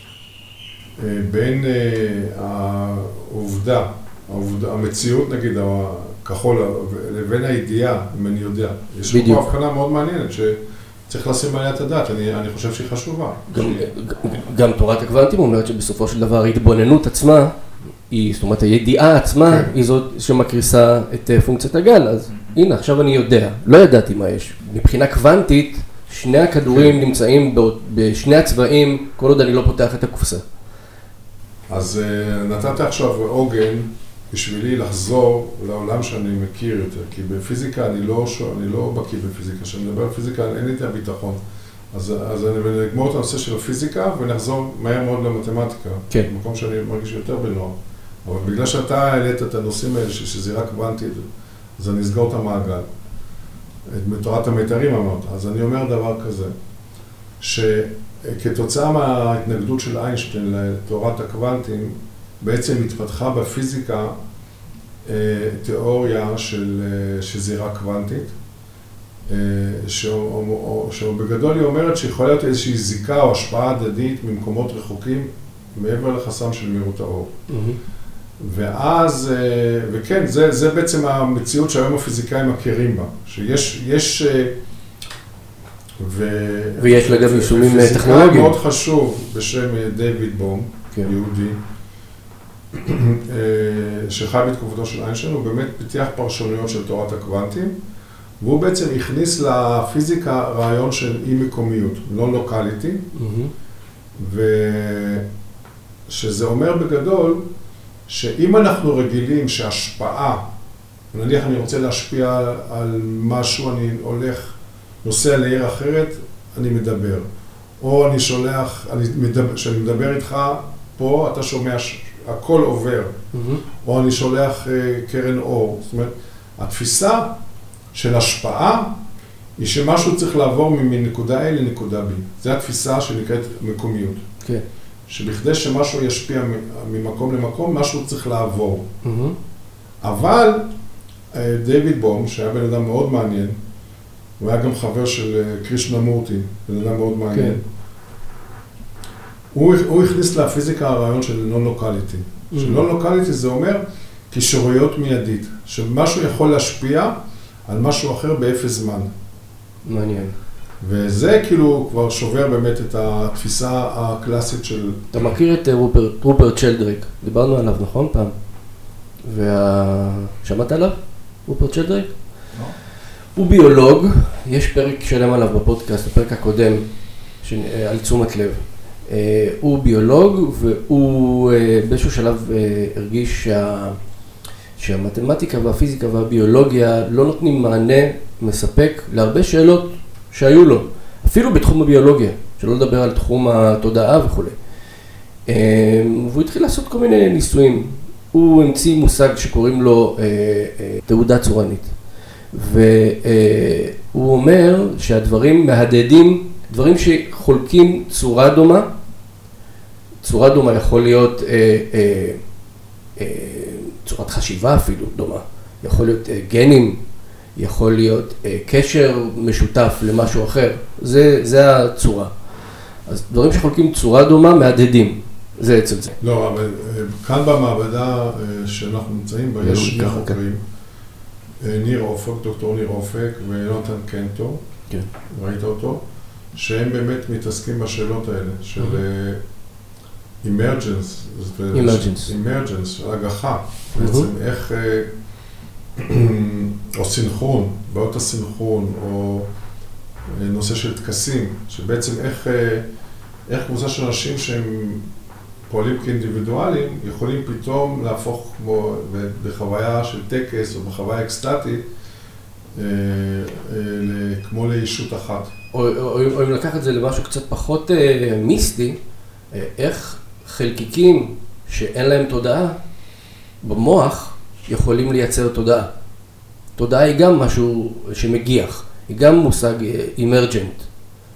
בין העובדה, העובדה, המציאות נגיד, הכחול, לבין הידיעה, אם אני יודע. יש פה הבחנה מאוד מעניינת שצריך לשים עליה את הדעת, אני, אני חושב שהיא חשובה. גם, גם תורת הקוונטים אומרת שבסופו של דבר ההתבוננות עצמה, היא, זאת אומרת, הידיעה עצמה כן. היא זאת שמקריסה את פונקציית הגל, אז הנה, עכשיו אני יודע, לא ידעתי מה יש. מבחינה קוונטית, שני הכדורים כן. נמצאים בשני הצבעים, כל עוד אני לא פותח את הקופסה. אז נתת עכשיו עוגן בשבילי לחזור לעולם שאני מכיר יותר, כי בפיזיקה אני לא, אני לא בקיא בפיזיקה, כשאני מדבר על פיזיקה אין לי את הביטחון. אז, אז אני נגמור את הנושא של הפיזיקה ונחזור מהר מאוד למתמטיקה, כן. במקום שאני מרגיש יותר בנוער. אבל בגלל שאתה העלית את הנושאים האלה שזה רק קוונטית, אז אני אסגור את המעגל. את תורת המיתרים אמרת. אז אני אומר דבר כזה, שכתוצאה מההתנגדות של איינשטיין לתורת הקוונטים, בעצם התפתחה בפיזיקה תיאוריה של זירה קוונטית, שבגדול היא אומרת שיכולה להיות איזושהי זיקה או השפעה הדדית ממקומות רחוקים מעבר לחסם של מהירות האור. ואז, וכן, זה, זה בעצם המציאות שהיום הפיזיקאים מכירים בה, שיש, יש, ו... ויש לה גם יישומים טכנולוגיים. פיזיקאי מאוד חשוב בשם דיוויד בום, כן. יהודי, שחי בתקופתו של איינשטיין, הוא באמת פיתח פרשנויות של תורת הקוונטים, והוא בעצם הכניס לפיזיקה רעיון של אי-מקומיות, לא לוקליטי, mm-hmm. ושזה אומר בגדול, שאם אנחנו רגילים שהשפעה, נניח אני רוצה להשפיע על משהו, אני הולך, נוסע לעיר אחרת, אני מדבר. או אני שולח, אני מדבר, כשאני מדבר איתך פה, אתה שומע, הכל עובר. Mm-hmm. או אני שולח uh, קרן אור. זאת אומרת, התפיסה של השפעה היא שמשהו צריך לעבור מנקודה A לנקודה B. זו התפיסה שנקראת מקומיות. כן. Okay. שבכדי שמשהו ישפיע ממקום למקום, משהו צריך לעבור. Mm-hmm. אבל דיוויד בום, שהיה בן אדם מאוד מעניין, הוא היה גם חבר של קרישנה מורטי, בן אדם מאוד מעניין, כן. הוא, הוא הכניס לפיזיקה הרעיון של נון-לוקליטי. Mm-hmm. של נון-לוקליטי זה אומר קישוריות מיידית, שמשהו יכול להשפיע על משהו אחר באפס זמן. מעניין. וזה כאילו כבר שובר באמת את התפיסה הקלאסית של... אתה מכיר את רופרט, רופרט שלדריק, דיברנו עליו, נכון? פעם. וה... שמעת עליו? רופרט שלדריק? לא. הוא ביולוג, יש פרק שלם עליו בפודקאסט, הפרק הקודם, ש... על תשומת לב. הוא ביולוג, והוא באיזשהו שלב הרגיש שה... שהמתמטיקה והפיזיקה והביולוגיה לא נותנים מענה מספק להרבה שאלות שהיו לו, אפילו בתחום הביולוגיה, שלא לדבר על תחום התודעה וכו'. והוא התחיל לעשות כל מיני ניסויים. הוא המציא מושג שקוראים לו תעודה צורנית. והוא אומר שהדברים מהדהדים, דברים שחולקים צורה דומה, צורה דומה יכול להיות צורת חשיבה אפילו דומה, יכול להיות גנים, יכול להיות אה, קשר משותף למשהו אחר, זה, זה הצורה. אז דברים שחולקים צורה דומה מהדהדים, זה אצל זה. לא, אבל אה, כאן במעבדה אה, שאנחנו נמצאים בה, יש שני חוקרים, אה, ניר אופק, דוקטור ניר אופק ויונתן קנטו, כן. ראית אותו, שהם באמת מתעסקים בשאלות האלה, של אמרג'נס, אמרג'נס, אמרג'נס, הגחה, בעצם איך... אה, או סינכרון, בעיות הסינכרון, או נושא של תקסים, שבעצם איך, איך קבוצה של אנשים שהם פועלים כאינדיבידואלים, יכולים פתאום להפוך כמו בחוויה של טקס או בחוויה אקסטטית, כמו לישות אחת. או, או, או אם לקח את זה למשהו קצת פחות מיסטי, איך חלקיקים שאין להם תודעה במוח, יכולים לייצר תודעה. תודעה היא גם משהו שמגיח, היא גם מושג אמרג'נט,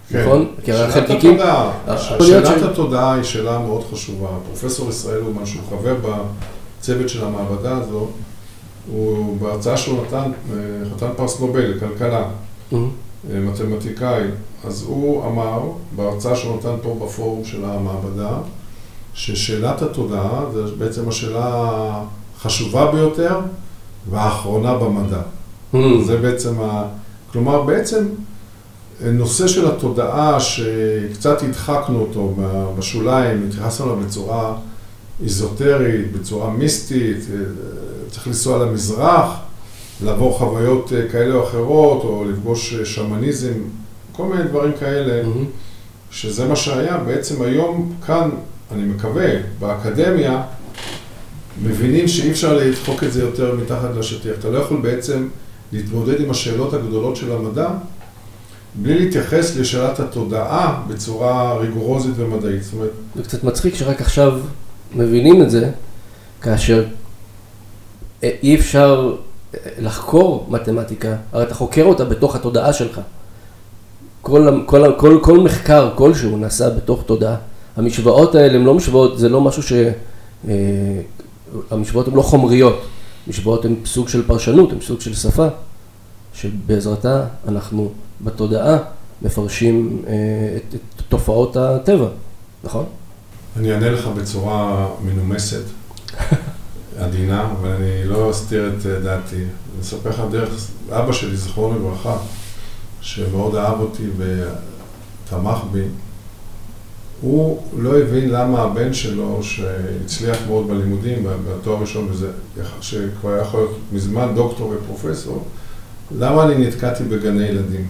נכון? שאלת התודעה, שאלת התודעה היא שאלה מאוד חשובה. פרופסור ישראל אומן, שהוא חבר בצוות של המעבדה הזו, הוא בהרצאה שהוא נתן, חתן פרס נובל לכלכלה, מתמטיקאי, אז הוא אמר, בהרצאה שהוא נתן פה בפורום של המעבדה, ששאלת התודעה זה בעצם השאלה החשובה ביותר והאחרונה במדע. זה בעצם, ה... כלומר בעצם נושא של התודעה שקצת הדחקנו אותו בשוליים, התייחסנו לה בצורה איזוטרית, בצורה מיסטית, צריך לנסוע למזרח, לעבור חוויות כאלה או אחרות, או לפגוש שמניזם, כל מיני דברים כאלה, mm-hmm. שזה מה שהיה. בעצם היום כאן, אני מקווה, באקדמיה, מבינים שאי אפשר לדחוק את זה יותר מתחת לשטיח. אתה לא יכול בעצם להתמודד עם השאלות הגדולות של המדע, בלי להתייחס לשאלת התודעה בצורה ריגורוזית ומדעית. זאת אומרת... זה קצת מצחיק שרק עכשיו מבינים את זה, כאשר אי אפשר לחקור מתמטיקה, הרי אתה חוקר אותה בתוך התודעה שלך. כל, כל, כל, כל מחקר, כלשהו, נעשה בתוך תודעה. המשוואות האלה הן לא משוואות, זה לא משהו ש... המשוואות הן לא חומריות. משוואות הן סוג של פרשנות, הן סוג של שפה, שבעזרתה אנחנו בתודעה מפרשים את, את תופעות הטבע, נכון? אני אענה לך בצורה מנומסת, עדינה, אבל אני לא אסתיר את דעתי. אני אספר לך דרך אבא שלי, זכרונו לברכה, שמאוד אהב אותי ותמך בי. הוא לא הבין למה הבן שלו, שהצליח מאוד בלימודים, בתואר ראשון, וזה, שכבר היה יכול להיות מזמן דוקטור ופרופסור, למה אני נתקעתי בגני ילדים?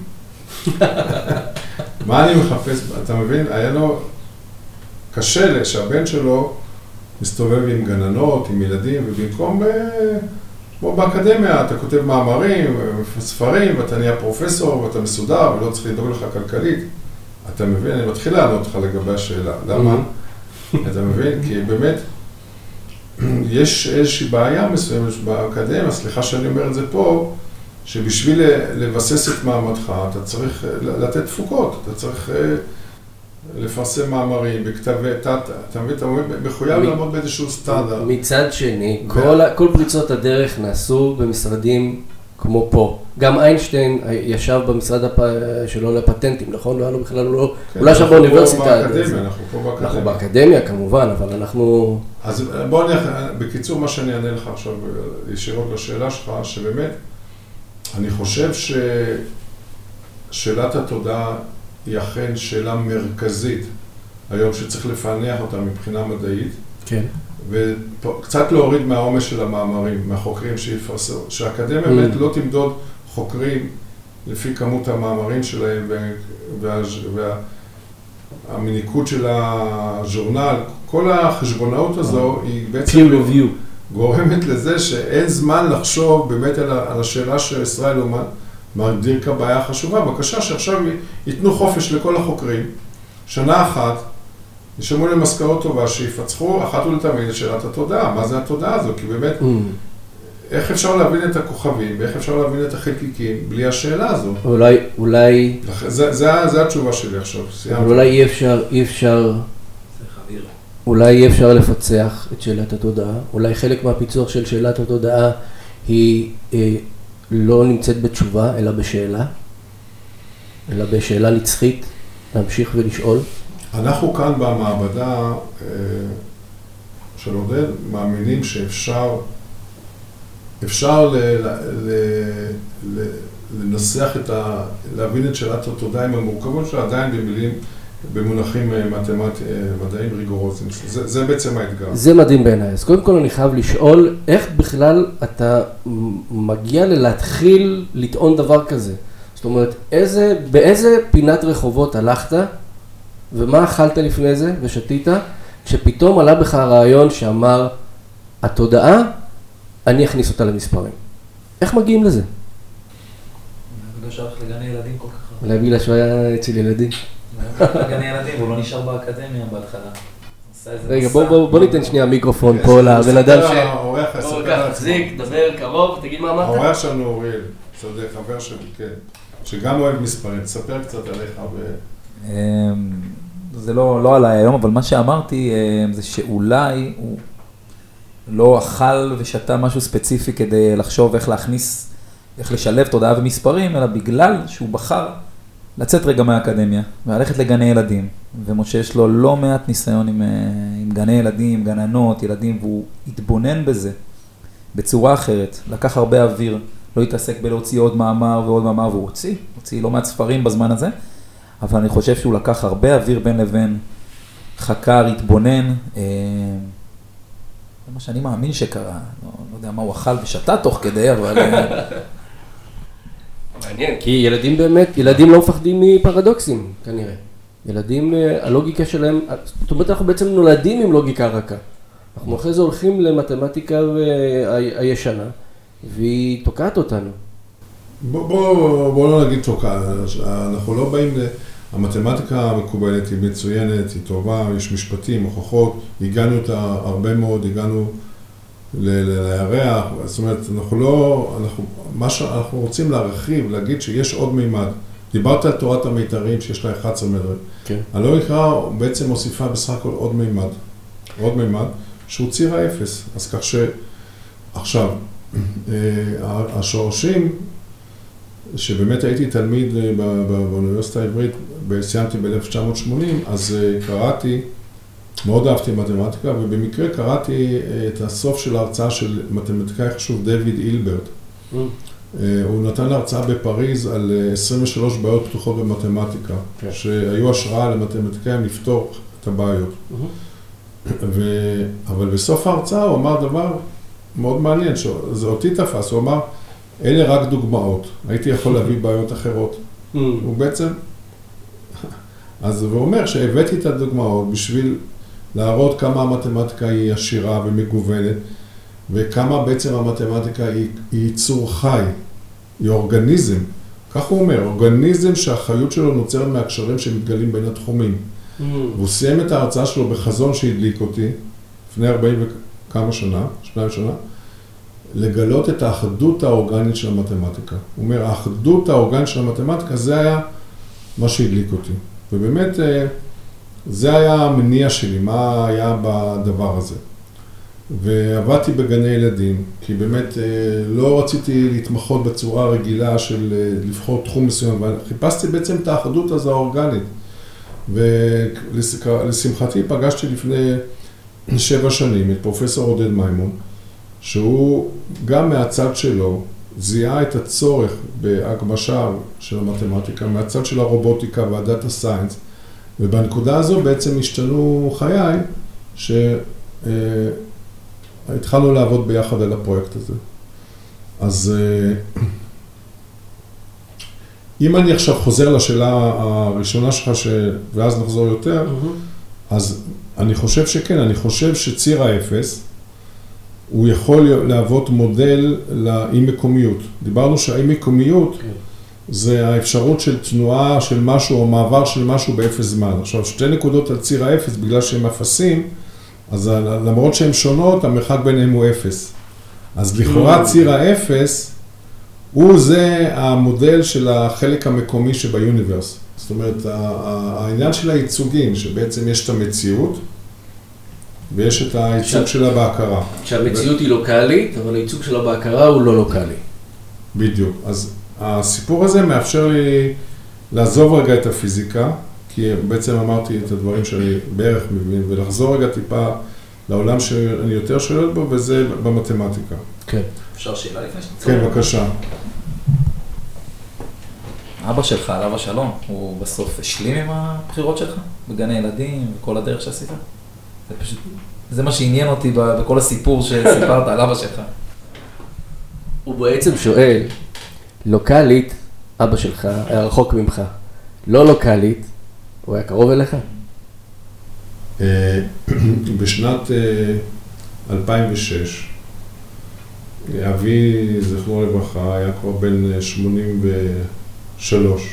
מה אני מחפש? אתה מבין? היה לו קשה שהבן שלו מסתובב עם גננות, עם ילדים, ובמקום כמו באקדמיה, אתה כותב מאמרים, ספרים, ואתה נהיה פרופסור, ואתה מסודר, ולא צריך לדאוג לך כלכלית. אתה מבין? אני מתחיל לענות לך לגבי השאלה. למה? אתה מבין? כי באמת, יש איזושהי בעיה מסוימת באקדמיה, סליחה שאני אומר את זה פה, שבשביל לבסס את מעמדך, אתה צריך לתת תפוקות, אתה צריך לפרסם מאמרים, בכתבי, אתה, אתה מבין, אתה מחויב לעמוד באיזשהו סטנדרט. מצד שני, כל, כל פריצות הדרך נעשו במשרדים כמו פה. גם איינשטיין ישב במשרד הפ... שלו לפטנטים, נכון? לא היה לו בכלל, לא... כן, אולי שם באוניברסיטה. אנחנו באקדמיה, אנחנו פה באקדמיה. אנחנו באקדמיה כמובן, אבל אנחנו... אז בוא נלך, בקיצור מה שאני אענה לך עכשיו, ישירות לשאלה שלך, שבאמת, אני חושב ששאלת התודעה היא אכן שאלה מרכזית, היום שצריך לפענח אותה מבחינה מדעית. כן. וקצת להוריד מהעומס של המאמרים, מהחוקרים שיפרסמו, שהאקדמיה באמת לא תמדוד חוקרים לפי כמות המאמרים שלהם והמניקות של הז'ורנל, כל החשבונאות הזו היא בעצם גורמת לזה שאין זמן לחשוב באמת על השאלה שישראל אומן מגדיר כבעיה חשובה. בבקשה שעכשיו ייתנו חופש לכל החוקרים, שנה אחת, נשמעו למזכרות טובה שיפצחו אחת ולתמיד את שאלת התודעה. מה זה התודעה הזו? כי באמת, איך אפשר להבין את הכוכבים, ואיך אפשר להבין את החלקיקים בלי השאלה הזו? אולי, אולי... זה, זה, זה התשובה שלי עכשיו, סיימתי. אבל אולי אי אפשר, אי אפשר... אולי אי אפשר לפצח את שאלת התודעה. אולי חלק מהפיצוח של שאלת התודעה היא אה, לא נמצאת בתשובה, אלא בשאלה. אלא בשאלה נצחית, להמשיך ולשאול. אנחנו כאן במעבדה של עודד מאמינים שאפשר אפשר ל, ל, ל, לנסח את ה... להבין את שאלת התודעה עם המורכבות שלה עדיין במילים, במונחים מתמטיים, מדעיים ריגורוזיים. זה, זה בעצם האתגר. זה מדהים בעיניי. אז קודם כל אני חייב לשאול איך בכלל אתה מגיע ללהתחיל לטעון דבר כזה. זאת אומרת, איזה, באיזה פינת רחובות הלכת ומה אכלת לפני זה ושתית, כשפתאום עלה בך הרעיון שאמר, התודעה, אני אכניס אותה למספרים. איך מגיעים לזה? בגלל שהלך לגני ילדים כל כך. אולי בגלל שהוא היה אצל ילדים. לגני ילדים, הוא לא נשאר באקדמיה בהתחלה. רגע, בוא ניתן שנייה מיקרופון פה לבן אדם ש... האורח יספר. תחזיק, דבר קרוב, תגיד מה אמרת. האורח שלנו אוריאל, צודק, חבר שלי, כן. שגם אוהב מספרים. תספר קצת עליך ו... זה לא, לא עליי היום, אבל מה שאמרתי זה שאולי הוא לא אכל ושתה משהו ספציפי כדי לחשוב איך להכניס, איך לשלב תודעה ומספרים, אלא בגלל שהוא בחר לצאת רגע מהאקדמיה וללכת לגני ילדים. ומשה יש לו לא מעט ניסיון עם, עם גני ילדים, גננות, ילדים, והוא התבונן בזה בצורה אחרת, לקח הרבה אוויר, לא התעסק בלהוציא עוד מאמר ועוד מאמר, והוא הוציא, הוציא לא מעט ספרים בזמן הזה, אבל אני חושב שהוא לקח הרבה אוויר בין לבין, חקר, התבונן, זה מה שאני מאמין שקרה, לא, לא יודע מה הוא אכל ושתה תוך כדי, אבל... מעניין, כי ילדים באמת, ילדים לא מפחדים מפרדוקסים, כנראה. ילדים, הלוגיקה שלהם, זאת אומרת, אנחנו בעצם נולדים עם לוגיקה רכה. אנחנו אחרי זה הולכים למתמטיקה הישנה, והיא תוקעת אותנו. בוא, בוא, בוא לא נגיד תוקעת, אנחנו לא באים ל... המתמטיקה המקובלת היא מצוינת, היא טובה, יש משפטים, הוכחות, הגענו אותה הרבה מאוד, הגענו לירח, זאת אומרת, אנחנו לא, אנחנו, מה שאנחנו רוצים להרחיב, להגיד שיש עוד מימד. דיברת על תורת המיתרים שיש לה אחד עשר מיתרים. כן. הלוגיקה בעצם מוסיפה בסך הכל עוד מימד, עוד מימד, שהוא ציר האפס. אז כך שעכשיו, השורשים, שבאמת הייתי תלמיד באוניברסיטה העברית, סיימתי ב-אלף תשע מאות שמונים, אז קראתי, מאוד אהבתי מתמטיקה, ובמקרה קראתי את הסוף של ההרצאה של מתמטיקאי חשוב דויד אילברט. Mm. הוא נתן הרצאה בפריז על עשרים ושלוש בעיות פתוחות במתמטיקה, okay. שהיו השראה למתמטיקאים לפתור את הבעיות. Mm-hmm. ו... אבל בסוף ההרצאה הוא אמר דבר מאוד מעניין, שזה אותי תפס, הוא אמר, אלה רק דוגמאות, הייתי יכול להביא בעיות אחרות. Mm. הוא בעצם, אז הוא אומר שהבאתי את הדוגמאות בשביל להראות כמה המתמטיקה היא עשירה ומגוונת, וכמה בעצם המתמטיקה היא, היא יצור חי, היא אורגניזם. כך הוא אומר, אורגניזם שהחיות שלו נוצרת מהקשרים שמתגלים בין התחומים. Mm. והוא סיים את ההרצאה שלו בחזון שהדליק אותי, לפני ארבעים וכמה שנה, שניים שנה, לגלות את האחדות האורגנית של המתמטיקה. הוא אומר, האחדות האורגנית של המתמטיקה, זה היה מה שהדליק אותי. ובאמת, זה היה המניע שלי, מה היה בדבר הזה. ועבדתי בגני ילדים, כי באמת לא רציתי להתמחות בצורה רגילה של לבחור תחום מסוים, אבל חיפשתי בעצם את האחדות הזו האורגנית. ולשמחתי פגשתי לפני שבע שנים את פרופסור עודד מימון, שהוא גם מהצד שלו זיהה את הצורך בהגמשה של המתמטיקה, מהצד של הרובוטיקה והדאטה סיינס, ובנקודה הזו בעצם השתנו חיי, שהתחלנו לעבוד ביחד על הפרויקט הזה. אז אם אני עכשיו חוזר לשאלה הראשונה שלך, ש... ואז נחזור יותר, mm-hmm. אז אני חושב שכן, אני חושב שציר האפס, הוא יכול להוות מודל לאי-מקומיות. דיברנו שהאי-מקומיות okay. זה האפשרות של תנועה של משהו או מעבר של משהו באפס זמן. עכשיו, שתי נקודות על ציר האפס, בגלל שהם אפסים, אז למרות שהן שונות, המרחק ביניהם הוא אפס. אז לכאורה ציר האפס, הוא זה המודל של החלק המקומי שביוניברס. זאת אומרת, העניין של הייצוגים, שבעצם יש את המציאות, ויש את הייצוג שלה בהכרה. שהמציאות היא לוקלית, אבל הייצוג שלה בהכרה הוא לא לוקלי. בדיוק. אז הסיפור הזה מאפשר לי לעזוב רגע את הפיזיקה, כי בעצם אמרתי את הדברים שאני בערך מבין, ולחזור רגע טיפה לעולם שאני יותר שואל בו, וזה במתמטיקה. כן. אפשר שאלה לפני שתצא? כן, בבקשה. אבא שלך, עליו השלום, הוא בסוף השלים עם הבחירות שלך? בגני ילדים וכל הדרך שעשית? זה פשוט, זה מה שעניין אותי בכל הסיפור שסיפרת על אבא שלך. הוא בעצם שואל, לוקלית, אבא שלך היה רחוק ממך. לא לוקלית, הוא היה קרוב אליך? בשנת אלפיים ושש, אבי, זכרו לברכה, היה כבר בן שמונים ושלוש.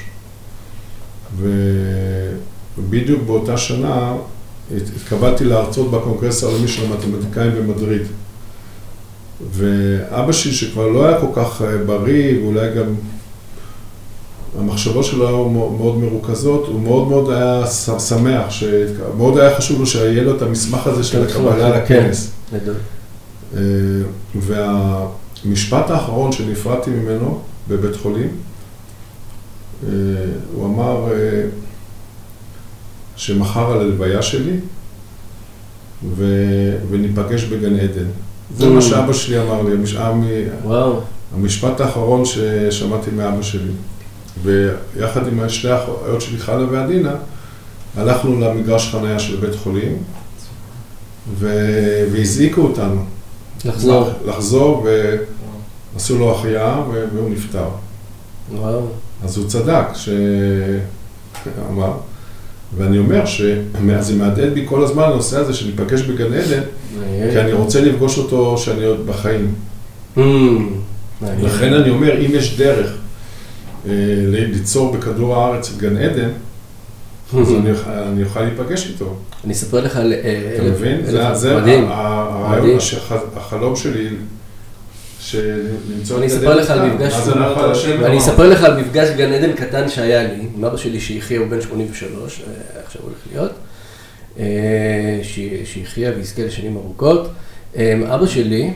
ובדיוק באותה שנה, התקבלתי להרצות בקונגרס העולמי של המתמטיקאים במדריד. ואבא שלי שכבר לא היה כל כך בריא, ואולי גם המחשבות שלו מאוד מרוכזות, הוא מאוד מאוד היה שמח, מאוד היה חשוב לו שיהיה לו את המסמך הזה של הקבלה לכנס. והמשפט האחרון שנפרדתי ממנו בבית חולים, הוא אמר שמחר על הלוויה שלי וניפגש בגן עדן. זה מה שאבא שלי אמר לי, המשפט האחרון ששמעתי מאבא שלי. ויחד עם שתי האחיות שלי, חלה ועדינה, הלכנו למגרש חנייה של בית חולים, והזעיקו אותנו. לחזור. לחזור, ועשו לו החייאה, והוא נפטר. וואו. אז הוא צדק, שאמר, ואני אומר שזה מהדהד בי כל הזמן הנושא הזה שניפגש בגן עדן, כי אני רוצה לפגוש אותו שאני עוד בחיים. לכן אני אומר, אם יש דרך ליצור בכדור הארץ את גן עדן, אז אני אוכל להיפגש איתו. אני אספר לך על... אתה מבין? זה הרעיון, החלום שלי, אני אספר לך על מפגש... ואני אספר לך על מפגש גן עדן קטן שהיה לי, עם אבא שלי שיחיה, הוא בן שמונים ושלוש, עכשיו הולך להיות, שיחיה ויזכה לשנים ארוכות. אבא שלי,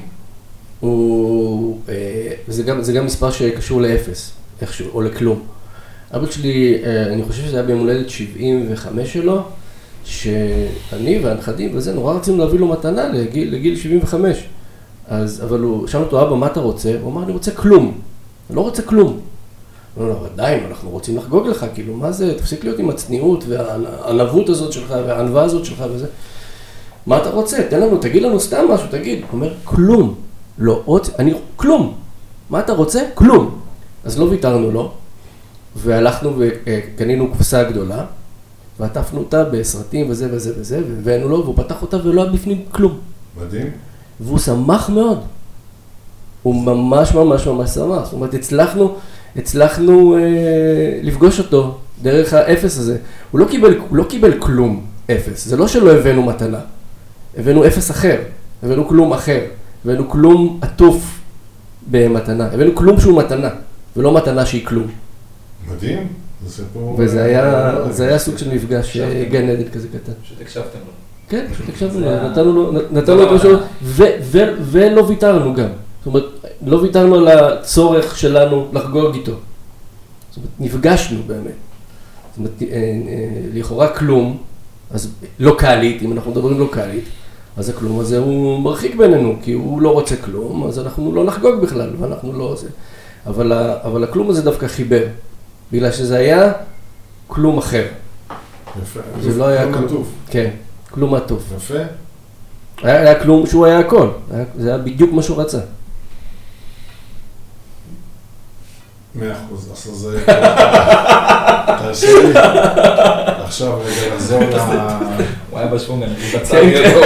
זה גם מספר שקשור לאפס, איכשהו, או לכלום. אבא שלי, אני חושב שזה היה ביום הולדת שבעים וחמש שלו, שאני והנכדים וזה, נורא רצינו להביא לו מתנה לגיל, לגיל שבעים וחמש. אז, אבל הוא, שאל אותו, אבא, מה אתה רוצה? הוא אמר, אני רוצה כלום. אני לא רוצה כלום. הוא אמר, עדיין, אנחנו רוצים לחגוג לך, כאילו, מה זה? תפסיק להיות עם הצניעות והענבות הזאת שלך והענווה הזאת שלך וזה. מה אתה רוצה? תן לנו, תגיד לנו סתם משהו, תגיד. הוא אומר, כלום. לא רוצה, אני, כלום. מה אתה רוצה? כלום. אז לא ויתרנו לו, והלכנו וקנינו קופסה גדולה, ועטפנו אותה בסרטים וזה וזה וזה, והבאנו לו, והוא פתח אותה ולא היה בפנים כלום. מדהים. והוא שמח מאוד. הוא ממש ממש ממש שמח. זאת אומרת, הצלחנו, הצלחנו אה, לפגוש אותו דרך האפס הזה. הוא לא קיבל, הוא לא קיבל כלום אפס. זה לא שלא הבאנו מתנה. הבאנו אפס אחר. הבאנו כלום אחר. הבאנו כלום עטוף במתנה. הבאנו כלום שהוא מתנה, ולא מתנה שהיא כלום. מדהים. וזה היה, זה היה סוג של מפגש גן עדן כזה קטן. פשוט הקשבתם לו. כן, פשוט הקשבנו לו, נתנו לו, נתנו לו את משהו, ולא ויתרנו גם. זאת אומרת, לא ויתרנו על הצורך שלנו לחגוג איתו. זאת אומרת, נפגשנו באמת. זאת אומרת, לכאורה כלום, אז לוקלית, אם אנחנו מדברים לוקלית, אז הכלום הזה הוא מרחיק בינינו, כי הוא לא רוצה כלום, אז אנחנו לא נחגוג בכלל, ואנחנו לא עושה. אבל, אבל הכלום הזה דווקא חיבר, בגלל שזה היה כלום אחר. יפה, זה לא היה כלום עטוף. כן, כלום עטוף. יפה. היה, היה כלום שהוא היה הכל, היה, זה היה בדיוק מה שהוא רצה. מאה אחוז, אז זה... תרשה לי. עכשיו רגע לחזור ל... הוא היה בשבונג, אני בצד גדול.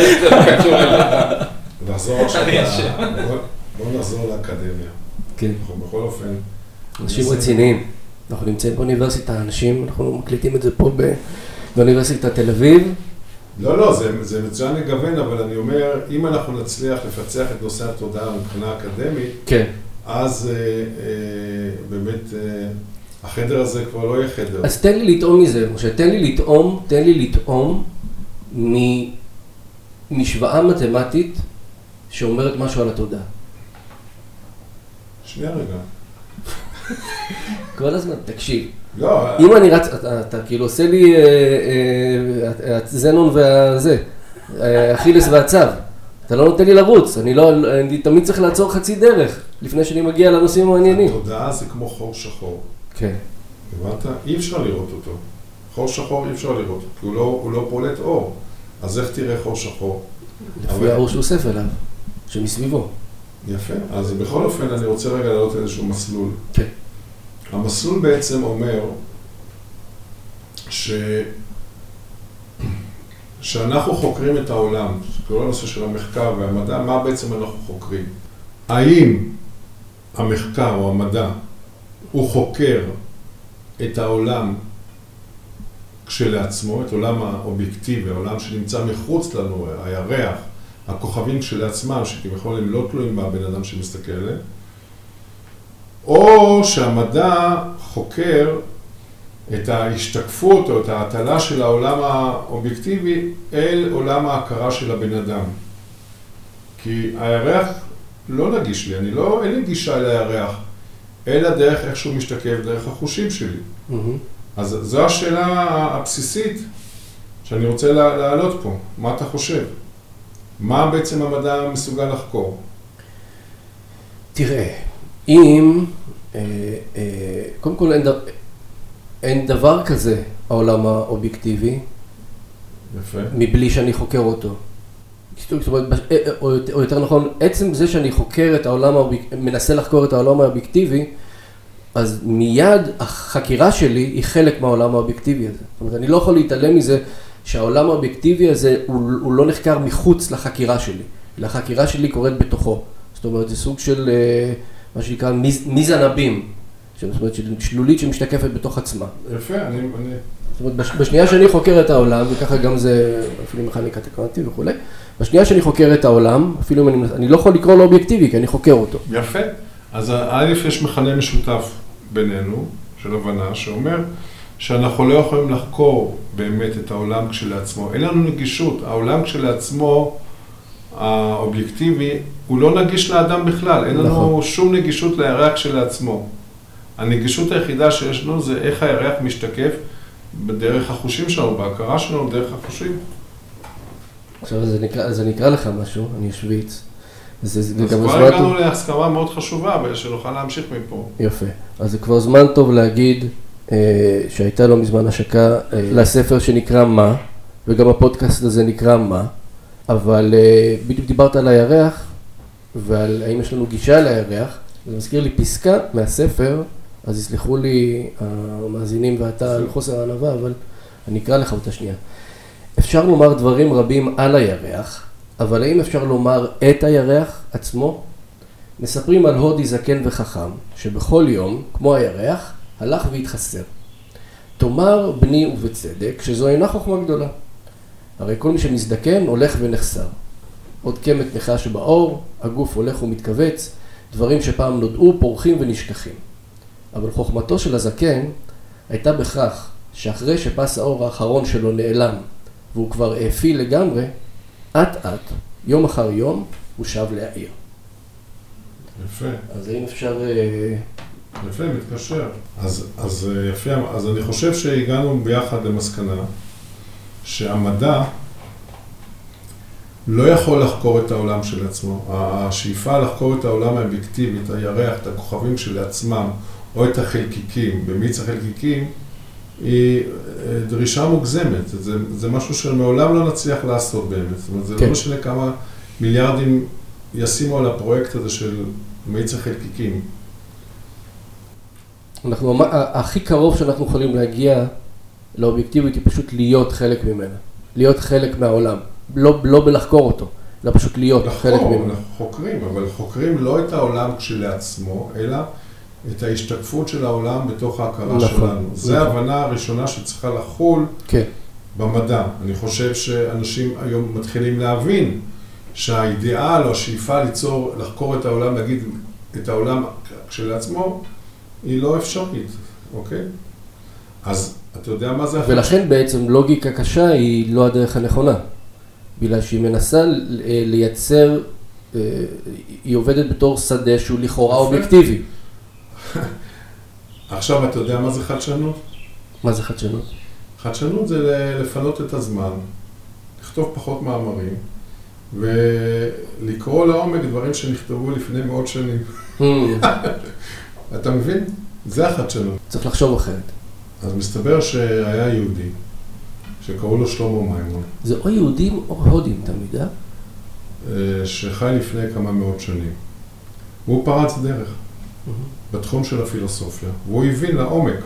לחזור עכשיו ל... בואו נחזור לאקדמיה. כן. אנחנו בכל אופן... אנשים רציניים. אנחנו נמצאים באוניברסיטה, אנשים, אנחנו מקליטים את זה פה באוניברסיטת תל אביב. לא, לא, זה, זה מצוין לגוון, אבל אני אומר, אם אנחנו נצליח לפצח את נושא התודעה מבחינה אקדמית, כן. אז אה, אה, באמת אה, החדר הזה כבר לא יהיה חדר. אז תן לי לטעום מזה, משה, תן לי לטעום, תן לי לטעום ממשוואה מתמטית שאומרת משהו על התודעה. שנייה רגע. כל הזמן, תקשיב. לא. אם אני רץ, אתה, אתה כאילו עושה לי הזנון והזה, אכילס והצב. אתה לא נותן לי לרוץ, אני לא, אני תמיד צריך לעצור חצי דרך, לפני שאני מגיע לנושאים המעניינים. התודעה זה כמו חור שחור. כן. הבנת? אי אפשר לראות אותו. חור שחור אי אפשר לראות אותו, כי הוא לא, הוא לא פולט אור. אז איך תראה חור שחור? לפי האור שהוא אוסף אליו, שמסביבו. יפה. אז בכל אופן אני רוצה רגע לעלות איזשהו מסלול. כן. המסלול בעצם אומר ש... שאנחנו חוקרים את העולם, כל הנושא של המחקר והמדע, מה בעצם אנחנו חוקרים? האם המחקר או המדע הוא חוקר את העולם כשלעצמו, את עולם האובייקטיבי, העולם שנמצא מחוץ לנו, הירח, הכוכבים כשלעצמם, שכביכול הם לא תלויים בבן אדם שמסתכל עליהם, או שהמדע חוקר את ההשתקפות או את ההטלה של העולם האובייקטיבי אל עולם ההכרה של הבן אדם. כי הירח לא נגיש לי, אני לא, אין לי גישה אל הירח, אלא דרך איך שהוא משתקף, דרך החושים שלי. Mm-hmm. אז זו השאלה הבסיסית שאני רוצה להעלות פה. מה אתה חושב? מה בעצם המדע מסוגל לחקור? תראה, אם, אה, אה, קודם כל אין, דבר, אין דבר כזה העולם האובייקטיבי, יפה. מבלי שאני חוקר אותו. זאת אומרת, או יותר, או יותר נכון, עצם זה שאני חוקר את העולם, מנסה לחקור את העולם האובייקטיבי, אז מיד החקירה שלי היא חלק מהעולם האובייקטיבי הזה. זאת אומרת, אני לא יכול להתעלם מזה שהעולם האובייקטיבי הזה הוא, הוא לא נחקר מחוץ לחקירה שלי. לחקירה שלי קורית בתוכו. זאת אומרת, זה סוג של מה שנקרא מיזנבים. זאת אומרת, שלולית שמשתקפת בתוך עצמה. יפה, אני... אני... זאת אומרת, בשנייה שאני חוקר את העולם, וככה גם זה אפילו מכניקה תקנתית וכו', בשנייה שאני חוקר את העולם, אפילו אם אני, אני לא יכול לקרוא לו אובייקטיבי, כי אני חוקר אותו. יפה. אז א' יש מכנה משותף בינינו, של הבנה, שאומר שאנחנו לא יכולים לחקור באמת את העולם כשלעצמו. אין לנו נגישות. העולם כשלעצמו, האובייקטיבי, הוא לא נגיש לאדם בכלל. אין לנו שום נגישות לירח כשלעצמו. הנגישות היחידה שיש לנו זה איך הירח משתקף בדרך החושים שלנו, בהכרה שלנו, דרך החושים. עכשיו, זה נקרא, זה נקרא לך משהו, אני אשוויץ. אז כבר הגענו להסכמה מאוד חשובה, ושנוכל להמשיך מפה. יפה. אז זה כבר זמן טוב להגיד אה, שהייתה לו מזמן השקה אה, לספר שנקרא מה, וגם הפודקאסט הזה נקרא מה, אבל אה, בדיוק דיברת על הירח, ועל האם יש לנו גישה לירח, זה מזכיר לי פסקה מהספר, אז יסלחו לי המאזינים ואתה על חוסר הענווה, אבל אני אקרא לך אותה שנייה. אפשר לומר דברים רבים על הירח, אבל האם אפשר לומר את הירח עצמו? מספרים על הודי זקן וחכם, שבכל יום, כמו הירח, הלך והתחסר. תאמר בני ובצדק, שזו אינה חוכמה גדולה. הרי כל מי שמזדקן הולך ונחסר. עוד קמת נחש באור, הגוף הולך ומתכווץ, דברים שפעם נודעו, פורחים ונשכחים. אבל חוכמתו של הזקן הייתה בכך שאחרי שפס האור האחרון שלו נעלם, והוא כבר האפיל לגמרי, עט עט, יום אחר יום, הוא שב להעיר. יפה. אז האם אפשר... יפה, מתקשר. אז, אז יפה, אז אני חושב שהגענו ביחד למסקנה שהמדע לא יכול לחקור את העולם של עצמו. השאיפה לחקור את העולם האובייקטיבי, את הירח, את הכוכבים שלעצמם, או את החלקיקים, במיץ החלקיקים, היא דרישה מוגזמת. זה, זה משהו שמעולם לא נצליח לעשות באמת. זאת אומרת, זה כן. לא משנה כמה מיליארדים ישימו על הפרויקט הזה של מיץ החלקיקים. אנחנו, הכי קרוב שאנחנו יכולים להגיע לאובייקטיביות היא פשוט להיות חלק ממנה. להיות חלק מהעולם. לא, לא בלחקור אותו, אלא פשוט להיות לחקור, חלק ממנו. אנחנו חוקרים, אבל חוקרים לא את העולם כשלעצמו, אלא את ההשתקפות של העולם בתוך ההכרה נכון, שלנו. נכון. זו ההבנה הראשונה שצריכה לחול כן. במדע. אני חושב שאנשים היום מתחילים להבין שהאידיאל או השאיפה ליצור, לחקור את העולם, להגיד את העולם כשלעצמו, היא לא אפשרית, אוקיי? אז אתה יודע מה זה? ולכן בעצם לוגיקה קשה היא לא הדרך הנכונה. בגלל שהיא מנסה לייצר, היא עובדת בתור שדה שהוא לכאורה אובייקטיבי. עכשיו אתה יודע מה זה חדשנות? מה זה חדשנות? חדשנות זה לפנות את הזמן, לכתוב פחות מאמרים, ולקרוא לעומק דברים שנכתבו לפני מאות שנים. אתה מבין? זה החדשנות. צריך לחשוב אחרת. אז מסתבר שהיה יהודי, שקראו לו שלמה מימון. זה או יהודים או הודים תמיד, אה? שחי לפני כמה מאות שנים. והוא פרץ דרך mm-hmm. בתחום של הפילוסופיה, והוא הבין לעומק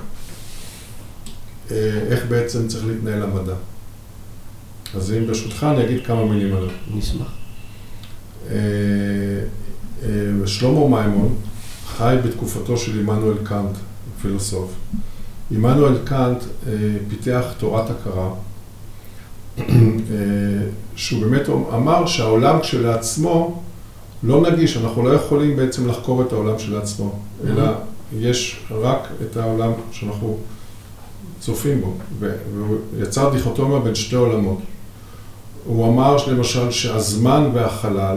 איך בעצם צריך להתנהל המדע. אז אם ברשותך אני אגיד כמה מילים עליו. נשמח. שלמה מימון חי בתקופתו של עמנואל קאנט, פילוסוף. עמנואל קאנט פיתח תורת הכרה, שהוא באמת אמר שהעולם כשלעצמו לא נגיש, אנחנו לא יכולים בעצם לחקור את העולם שלעצמו, אלא יש רק את העולם שאנחנו צופים בו, והוא יצר דיכוטומיה בין שתי עולמות. הוא אמר למשל שהזמן והחלל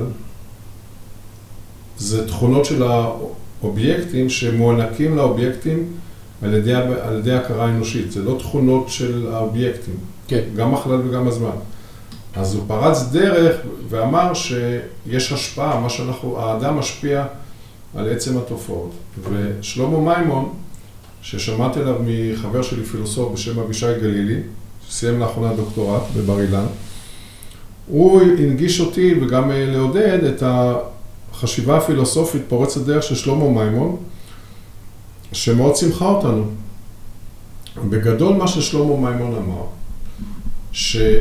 זה תכונות של האובייקטים שמוענקים לאובייקטים על ידי, על ידי הכרה אנושית. זה לא תכונות של האובייקטים, כן. גם החלל וגם הזמן. אז הוא פרץ דרך ואמר שיש השפעה, מה שאנחנו, האדם משפיע על עצם התופעות. ושלמה מימון, ששמעתי עליו מחבר שלי פילוסוף בשם אבישי גלילי, שסיים לאחרונה דוקטורט בבר אילן, הוא הנגיש אותי וגם לעודד את החשיבה הפילוסופית פורצת דרך של שלמה מימון, שמאוד שמחה אותנו. בגדול מה ששלמה מימון אמר, שה...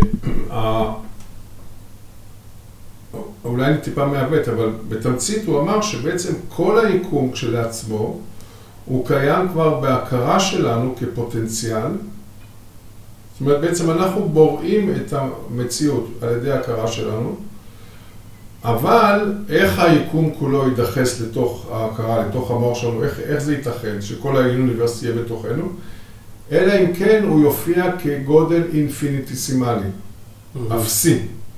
אולי אני טיפה מעוות, אבל בתמצית הוא אמר שבעצם כל היקום כשלעצמו הוא קיים כבר בהכרה שלנו כפוטנציאל. זאת אומרת, בעצם אנחנו בוראים את המציאות על ידי ההכרה שלנו, אבל איך היקום כולו יידחס לתוך ההכרה, לתוך המוח שלנו, איך, איך זה ייתכן שכל האוניברסיטה יהיה בתוכנו, אלא אם כן הוא יופיע כגודל אינפיניטיסימלי, אפסי,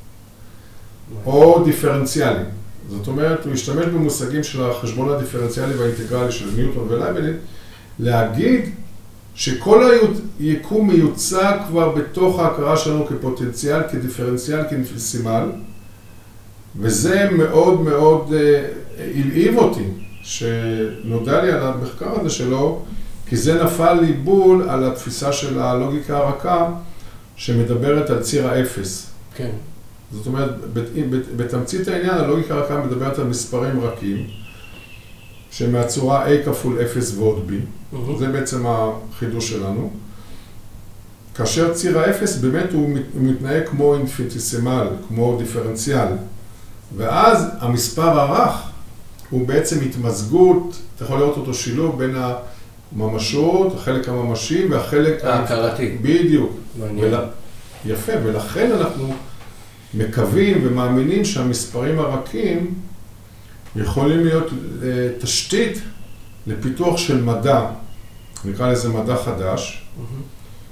או דיפרנציאלי. זאת אומרת, הוא ישתמש במושגים של החשבון הדיפרנציאלי והאינטגרלי של ניוטון ולייבניץ, להגיד שכל היקום מיוצג כבר בתוך ההכרה שלנו כפוטנציאל, כדיפרנציאל, כאינפיניטיסימל, וזה מאוד מאוד הלהיב אותי, שנודע לי על המחקר הזה שלו, כי זה נפל לי בול על התפיסה של הלוגיקה הרכה, שמדברת על ציר האפס. כן. זאת אומרת, בתמצית העניין, הלוגיקה הרכה מדברת על מספרים רכים, שמהצורה A כפול אפס ועוד B. Mm-hmm. זה בעצם החידוש שלנו. כאשר ציר האפס באמת הוא מתנהג כמו אינפיניטיסימל, כמו דיפרנציאל. ואז המספר הרך הוא בעצם התמזגות, אתה יכול לראות אותו שילוב בין הממשות, החלק הממשי והחלק... ההכרתי. בדיוק. מעניין. ול... יפה, ולכן אנחנו מקווים ומאמינים שהמספרים הרכים יכולים להיות תשתית לפיתוח של מדע, נקרא לזה מדע חדש, mm-hmm.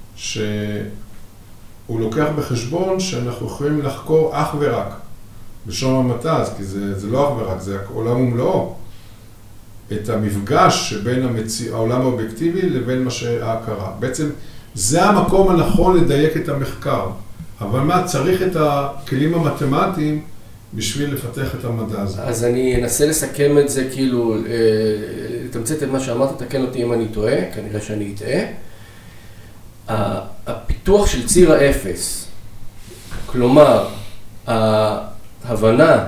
שהוא לוקח בחשבון שאנחנו יכולים לחקור אך ורק. בשום המתז, כי זה, זה לא אך ורק, זה עולם ומלואו. את המפגש שבין המציא, העולם האובייקטיבי לבין מה שההכרה. בעצם זה המקום הנכון לדייק את המחקר. אבל מה, צריך את הכלים המתמטיים בשביל לפתח את המדע הזה. אז אני אנסה לסכם את זה, כאילו, לתמצת את מה שאמרת, תקן אותי אם אני טועה, כנראה שאני אטעה. הפיתוח של ציר האפס, כלומר, ההבנה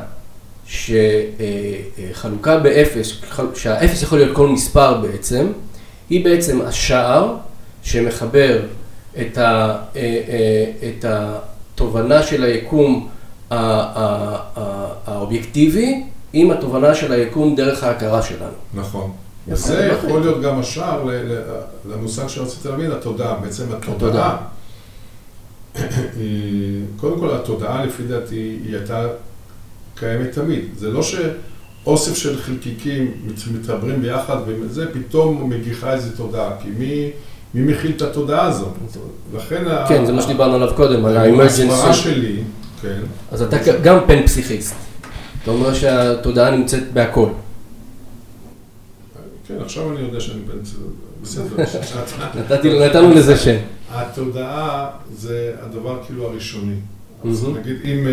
שחלוקה באפס, שהאפס יכול להיות כל מספר בעצם, היא בעצם השער שמחבר את, ה, את התובנה של היקום האובייקטיבי עם התובנה של היקום דרך ההכרה שלנו. נכון. וזה יכול להיות גם השער למושג שרציתי להבין, התודעה. בעצם התודעה, קודם כל התודעה לפי דעתי היא הייתה קיימת תמיד. זה לא שאוסף של חלקיקים מתחברים ביחד וזה פתאום מגיחה איזו תודעה, כי מי... מי מכיל את התודעה הזו? לכן... כן, זה מה שדיברנו עליו קודם, על האמרג'נסי. ההסברה שלי, כן. אז אתה גם פן פסיכיסט. אתה אומר שהתודעה נמצאת בהכל. כן, עכשיו אני יודע שאני פן בסדר. נתנו לזה שם. התודעה זה הדבר כאילו הראשוני. אז נגיד, אם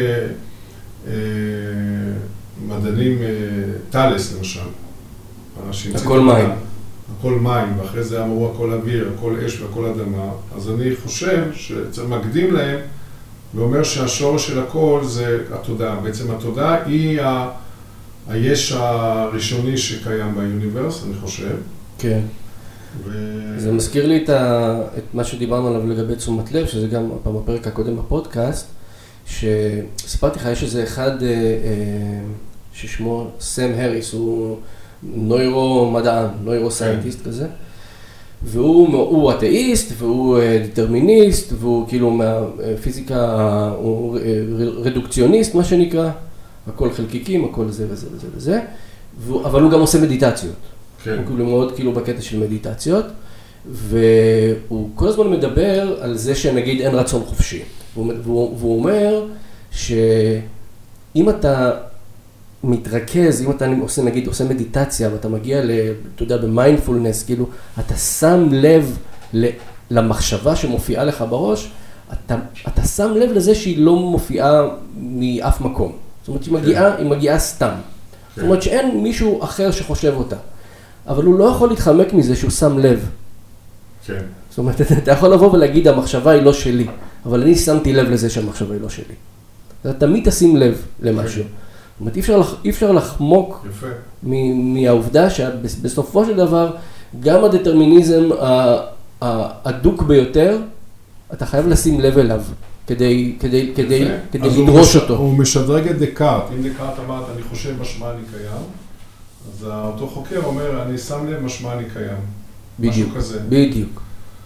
מדענים, טלס למשל, הכל מים. הכל מים, ואחרי זה אמרו הכל אוויר, הכל אש והכל אדמה, אז אני חושב שצריך מקדים להם ואומר שהשורש של הכל זה התודעה. בעצם התודעה היא ה... היש הראשוני שקיים באוניברס, אני חושב. כן. ו... זה מזכיר לי את, ה... את מה שדיברנו עליו לגבי תשומת לב, שזה גם פעם בפרק הקודם בפודקאסט, שסיפרתי לך, יש איזה אחד אה, אה, ששמו סם הריס, הוא... נוירו-מדען, נוירו-סיינטיסט כזה, והוא אתאיסט, והוא דטרמיניסט, והוא כאילו מהפיזיקה, הוא רדוקציוניסט, מה שנקרא, הכל חלקיקים, הכל זה וזה וזה וזה, אבל הוא גם עושה מדיטציות. כן. הוא כאילו מאוד כאילו בקטע של מדיטציות, והוא כל הזמן מדבר על זה שנגיד אין רצון חופשי. והוא, והוא, והוא אומר שאם אתה מתרכז, אם אתה עושה, נגיד, עושה מדיטציה ואתה מגיע, ל, אתה יודע, במיינדפולנס, כאילו, אתה שם לב למחשבה שמופיעה לך בראש, אתה, אתה שם לב לזה שהיא לא מופיעה מאף מקום. זאת אומרת, היא מגיעה, היא מגיעה סתם. זאת אומרת שאין מישהו אחר שחושב אותה. אבל הוא לא יכול להתחמק מזה שהוא שם לב. כן. זאת אומרת, אתה יכול לבוא ולהגיד, המחשבה היא לא שלי, אבל אני שמתי לב לזה שהמחשבה היא לא שלי. אתה תמיד תשים לב למשהו. זאת אומרת, אי אפשר, אי אפשר לחמוק מהעובדה שבסופו של דבר, גם הדטרמיניזם הדוק ביותר, אתה חייב לשים לב אליו, כדי, כדי, כדי, כדי לדרוש אותו. הוא משדרג את דקארט. אם דקארט אמרת, אני חושב משמע אני קיים, אז אותו חוקר אומר, אני שם לב משמע אני קיים. משהו כזה. בדיוק.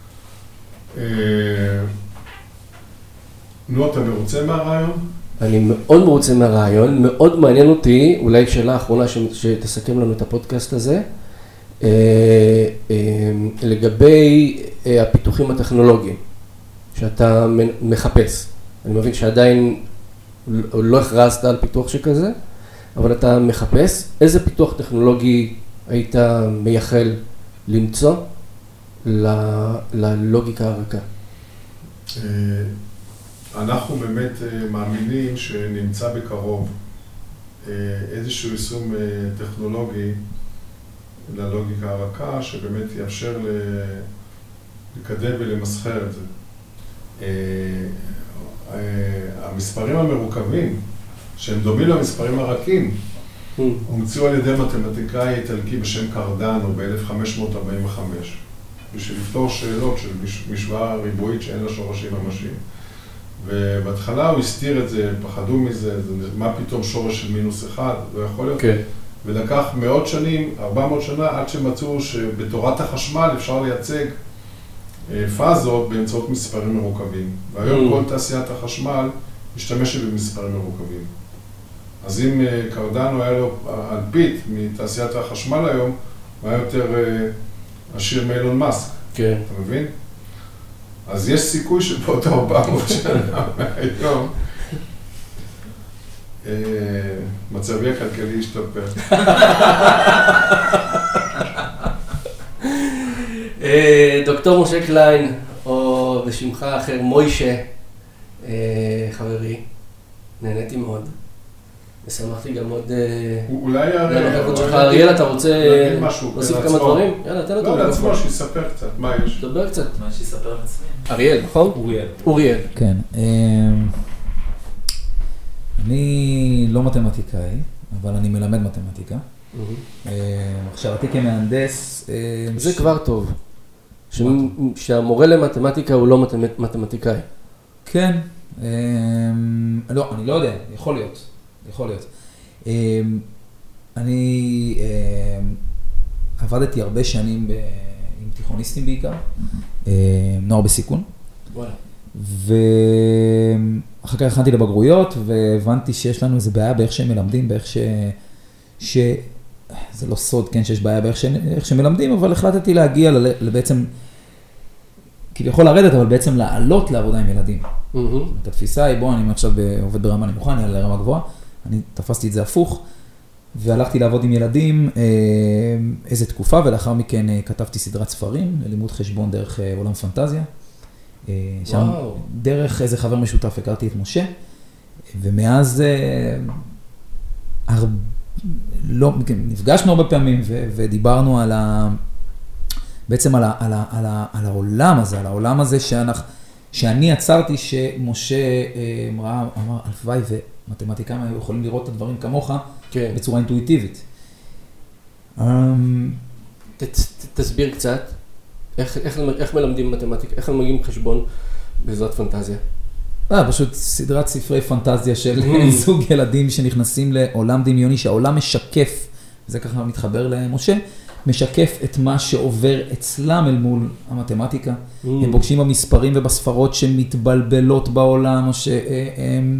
נו, אתה מרוצה מהרעיון? אני מאוד מרוצה מהרעיון, מאוד מעניין אותי, אולי שאלה האחרונה שתסכם לנו את הפודקאסט הזה, לגבי הפיתוחים הטכנולוגיים שאתה מחפש. אני מבין שעדיין לא הכרזת על פיתוח שכזה, אבל אתה מחפש איזה פיתוח טכנולוגי היית מייחל למצוא ללוגיקה הרכה. אנחנו באמת מאמינים שנמצא בקרוב איזשהו יישום טכנולוגי ללוגיקה הרכה, שבאמת יאפשר לקדם ולמסחר את זה. המספרים המרוכבים, שהם דומים למספרים הרכים, הומצאו על ידי מתמטיקאי איטלקי בשם קרדנו ב-אלף חמש מאות ארבעים וחמש, בשביל לפתור שאלות של משוואה ריבועית שאין לה שורשים ממשיים. ובהתחלה הוא הסתיר את זה, פחדו מזה, מה פתאום שורש של מינוס אחד, לא יכול להיות. כן. ולקח מאות שנים, ארבע מאות שנה, עד שמצאו שבתורת החשמל אפשר לייצג פאזות באמצעות מספרים מרוכבים. והיום כל תעשיית החשמל משתמשת במספרים מרוכבים. אז אם קרדנו היה לו אלפית מתעשיית החשמל היום, הוא היה יותר עשיר מאילון מאסק. כן. אתה מבין? אז יש סיכוי שבאותו ארבע מאות שנה מהיום, מצבי הכלכלי ישתפר. דוקטור משה קליין, או בשמך האחר מוישה, חברי, נהניתי מאוד. ושמחתי גם עוד... אולי אריאל, אתה רוצה להוסיף כמה דברים? יאללה, תן אותו. לא, לעצמו, שיספר קצת, מה יש? תדבר קצת. מה שיספר על עצמי? אריאל, נכון? אוריאל. אוריאל. כן. אני לא מתמטיקאי, אבל אני מלמד מתמטיקה. הכשרתי כמהנדס... זה כבר טוב. שהמורה למתמטיקה הוא לא מתמטיקאי. כן. לא, אני לא יודע, יכול להיות. יכול להיות. אני עבדתי הרבה שנים עם תיכוניסטים בעיקר, נוער בסיכון. ואחר כך הכנתי לבגרויות, והבנתי שיש לנו איזו בעיה באיך שהם מלמדים, באיך ש... ש... זה לא סוד, כן, שיש בעיה באיך ש... שהם מלמדים, אבל החלטתי להגיע בעצם, כביכול לרדת, אבל בעצם לעלות לעבודה עם ילדים. את התפיסה היא, בוא, אני עכשיו עובד ברמה נמוכה, אני אעלה לרמה גבוהה, אני תפסתי את זה הפוך, והלכתי לעבוד עם ילדים איזה תקופה, ולאחר מכן כתבתי סדרת ספרים, ללימוד חשבון דרך עולם פנטזיה. שם דרך איזה חבר משותף הכרתי את משה, ומאז הר... לא, נפגשנו הרבה פעמים ודיברנו על ה... בעצם על, ה... על, ה... על, ה... על העולם הזה, על העולם הזה שאנחנו... שאני עצרתי שמשה ראה, אמר, הלוואי ומתמטיקאים היו יכולים לראות את הדברים כמוך כן. בצורה אינטואיטיבית. ת, תסביר קצת. איך, איך, איך מלמדים מתמטיקה, איך מלמדים חשבון בעזרת פנטזיה? אה, פשוט סדרת ספרי פנטזיה של זוג ילדים שנכנסים לעולם דמיוני, שהעולם משקף, זה ככה מתחבר למשה, משקף את מה שעובר אצלם אל מול המתמטיקה. הם פוגשים במספרים ובספרות שמתבלבלות בעולם, או שהם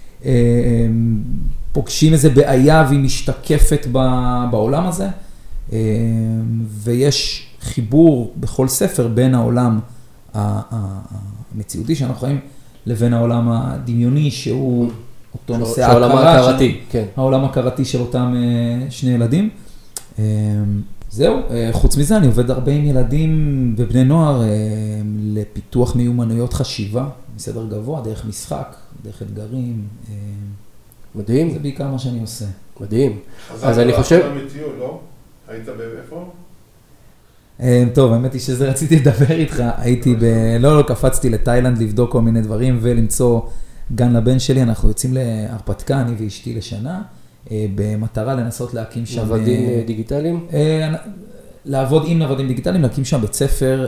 פוגשים איזה בעיה והיא משתקפת בעולם הזה. ויש חיבור בכל ספר בין העולם המציאותי שאנחנו חיים, לבין העולם הדמיוני שהוא אותו נושא ההכרה. העולם ההכרתי, כן. העולם ההכרתי של אותם שני ילדים. זהו, חוץ מזה אני עובד הרבה עם ילדים ובני נוער לפיתוח מיומנויות חשיבה, מסדר גבוה, דרך משחק, דרך אתגרים. מדהים. זה בעיקר מה שאני עושה. מדהים. אז אני חושב... אמיתיות, לא? היית באיפה? טוב, האמת היא שזה רציתי לדבר איתך, הייתי ב... לא, לא, קפצתי לתאילנד לבדוק כל מיני דברים ולמצוא גן לבן שלי, אנחנו יוצאים להרפתקה, אני ואשתי לשנה, במטרה לנסות להקים שם... נוודים דיגיטליים? לעבוד עם נוודים דיגיטליים, להקים שם בית ספר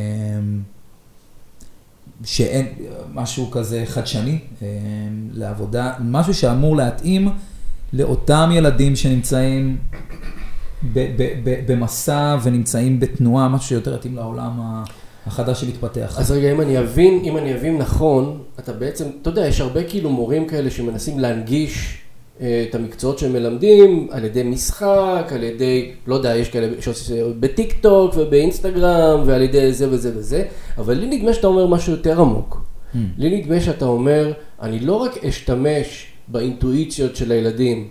שאין משהו כזה חדשני לעבודה, משהו שאמור להתאים לאותם ילדים שנמצאים במסע ונמצאים בתנועה, משהו שיותר יתאים לעולם החדש שמתפתח. אז רגע, אם אני אבין, אם אני אבין נכון, אתה בעצם, אתה יודע, יש הרבה כאילו מורים כאלה שמנסים להנגיש את המקצועות שהם מלמדים על ידי משחק, על ידי, לא יודע, יש כאלה שעושים בטיק טוק ובאינסטגרם ועל ידי זה וזה וזה, אבל לי נדמה שאתה אומר משהו יותר עמוק. Hmm. לי נדמה שאתה אומר, אני לא רק אשתמש באינטואיציות של הילדים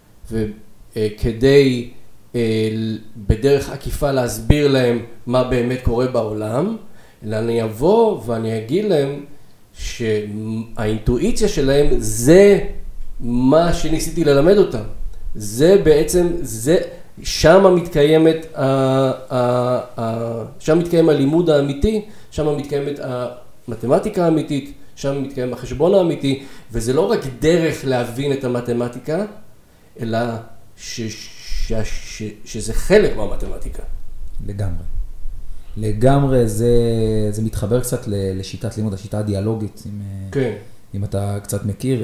וכדי בדרך עקיפה להסביר להם מה באמת קורה בעולם, אלא אני אבוא ואני אגיד להם שהאינטואיציה שלהם זה מה שניסיתי ללמד אותם. זה בעצם, זה, שם מתקיימת, ה, ה, ה, שם מתקיים הלימוד האמיתי, שם מתקיימת המתמטיקה האמיתית, שם מתקיים החשבון האמיתי, וזה לא רק דרך להבין את המתמטיקה, אלא ש, ש, ש, שזה חלק מהמתמטיקה. לגמרי. לגמרי זה, זה מתחבר קצת לשיטת לימוד, השיטה הדיאלוגית, אם, כן. אם אתה קצת מכיר.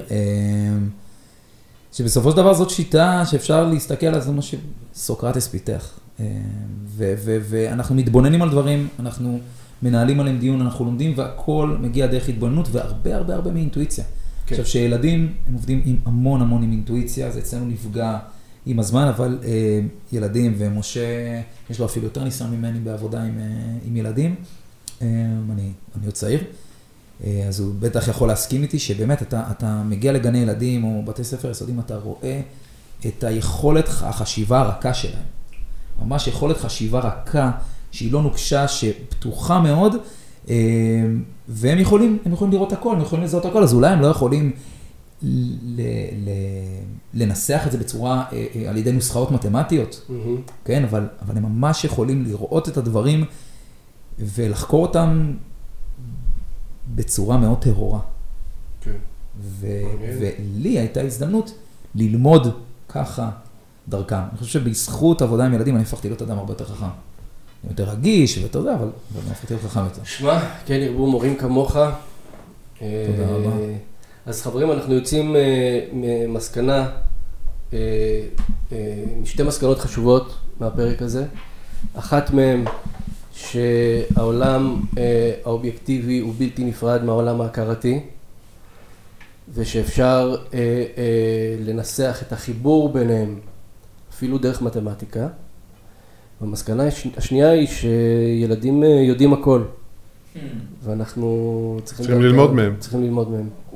שבסופו של דבר זאת שיטה שאפשר להסתכל על זה מה שסוקרטס פיתח. ו- ו- ואנחנו מתבוננים על דברים, אנחנו מנהלים עליהם דיון, אנחנו לומדים והכל מגיע דרך התבוננות והרבה הרבה הרבה מאינטואיציה. כן. עכשיו שילדים הם עובדים עם המון המון עם אינטואיציה, זה אצלנו נפגע עם הזמן, אבל אה, ילדים ומשה, יש לו אפילו יותר ניסיון ממני בעבודה עם, אה, עם ילדים, אה, אני, אני עוד צעיר. אז הוא בטח יכול להסכים איתי שבאמת אתה, אתה מגיע לגני ילדים או בתי ספר יסודיים, אתה רואה את היכולת החשיבה הרכה שלהם. ממש יכולת חשיבה רכה שהיא לא נוקשה, שפתוחה מאוד, והם יכולים, הם יכולים לראות הכל, הם יכולים לזהות הכל, אז אולי הם לא יכולים ל, ל, לנסח את זה בצורה, על ידי נוסחאות מתמטיות, mm-hmm. כן, אבל, אבל הם ממש יכולים לראות את הדברים ולחקור אותם בצורה מאוד טהורה. כן. ו- ולי הייתה הזדמנות ללמוד ככה דרכם. אני חושב שבזכות עבודה עם ילדים אני הפכתי להיות אדם הרבה יותר חכם. יותר רגיש ואתה יודע, אבל אני הפכתי להיות חכם יותר. שמע, כן ירבו מורים כמוך. תודה רבה. אז חברים, אנחנו יוצאים ממסקנה, משתי מסקנות חשובות מהפרק הזה. אחת מהן, שהעולם אה, האובייקטיבי הוא בלתי נפרד מהעולם ההכרתי, ושאפשר אה, אה, לנסח את החיבור ביניהם אפילו דרך מתמטיקה. והמסקנה השנייה היא שילדים יודעים הכל, ואנחנו צריכים, צריכים ללמוד מהם. צריכים ללמוד מהם.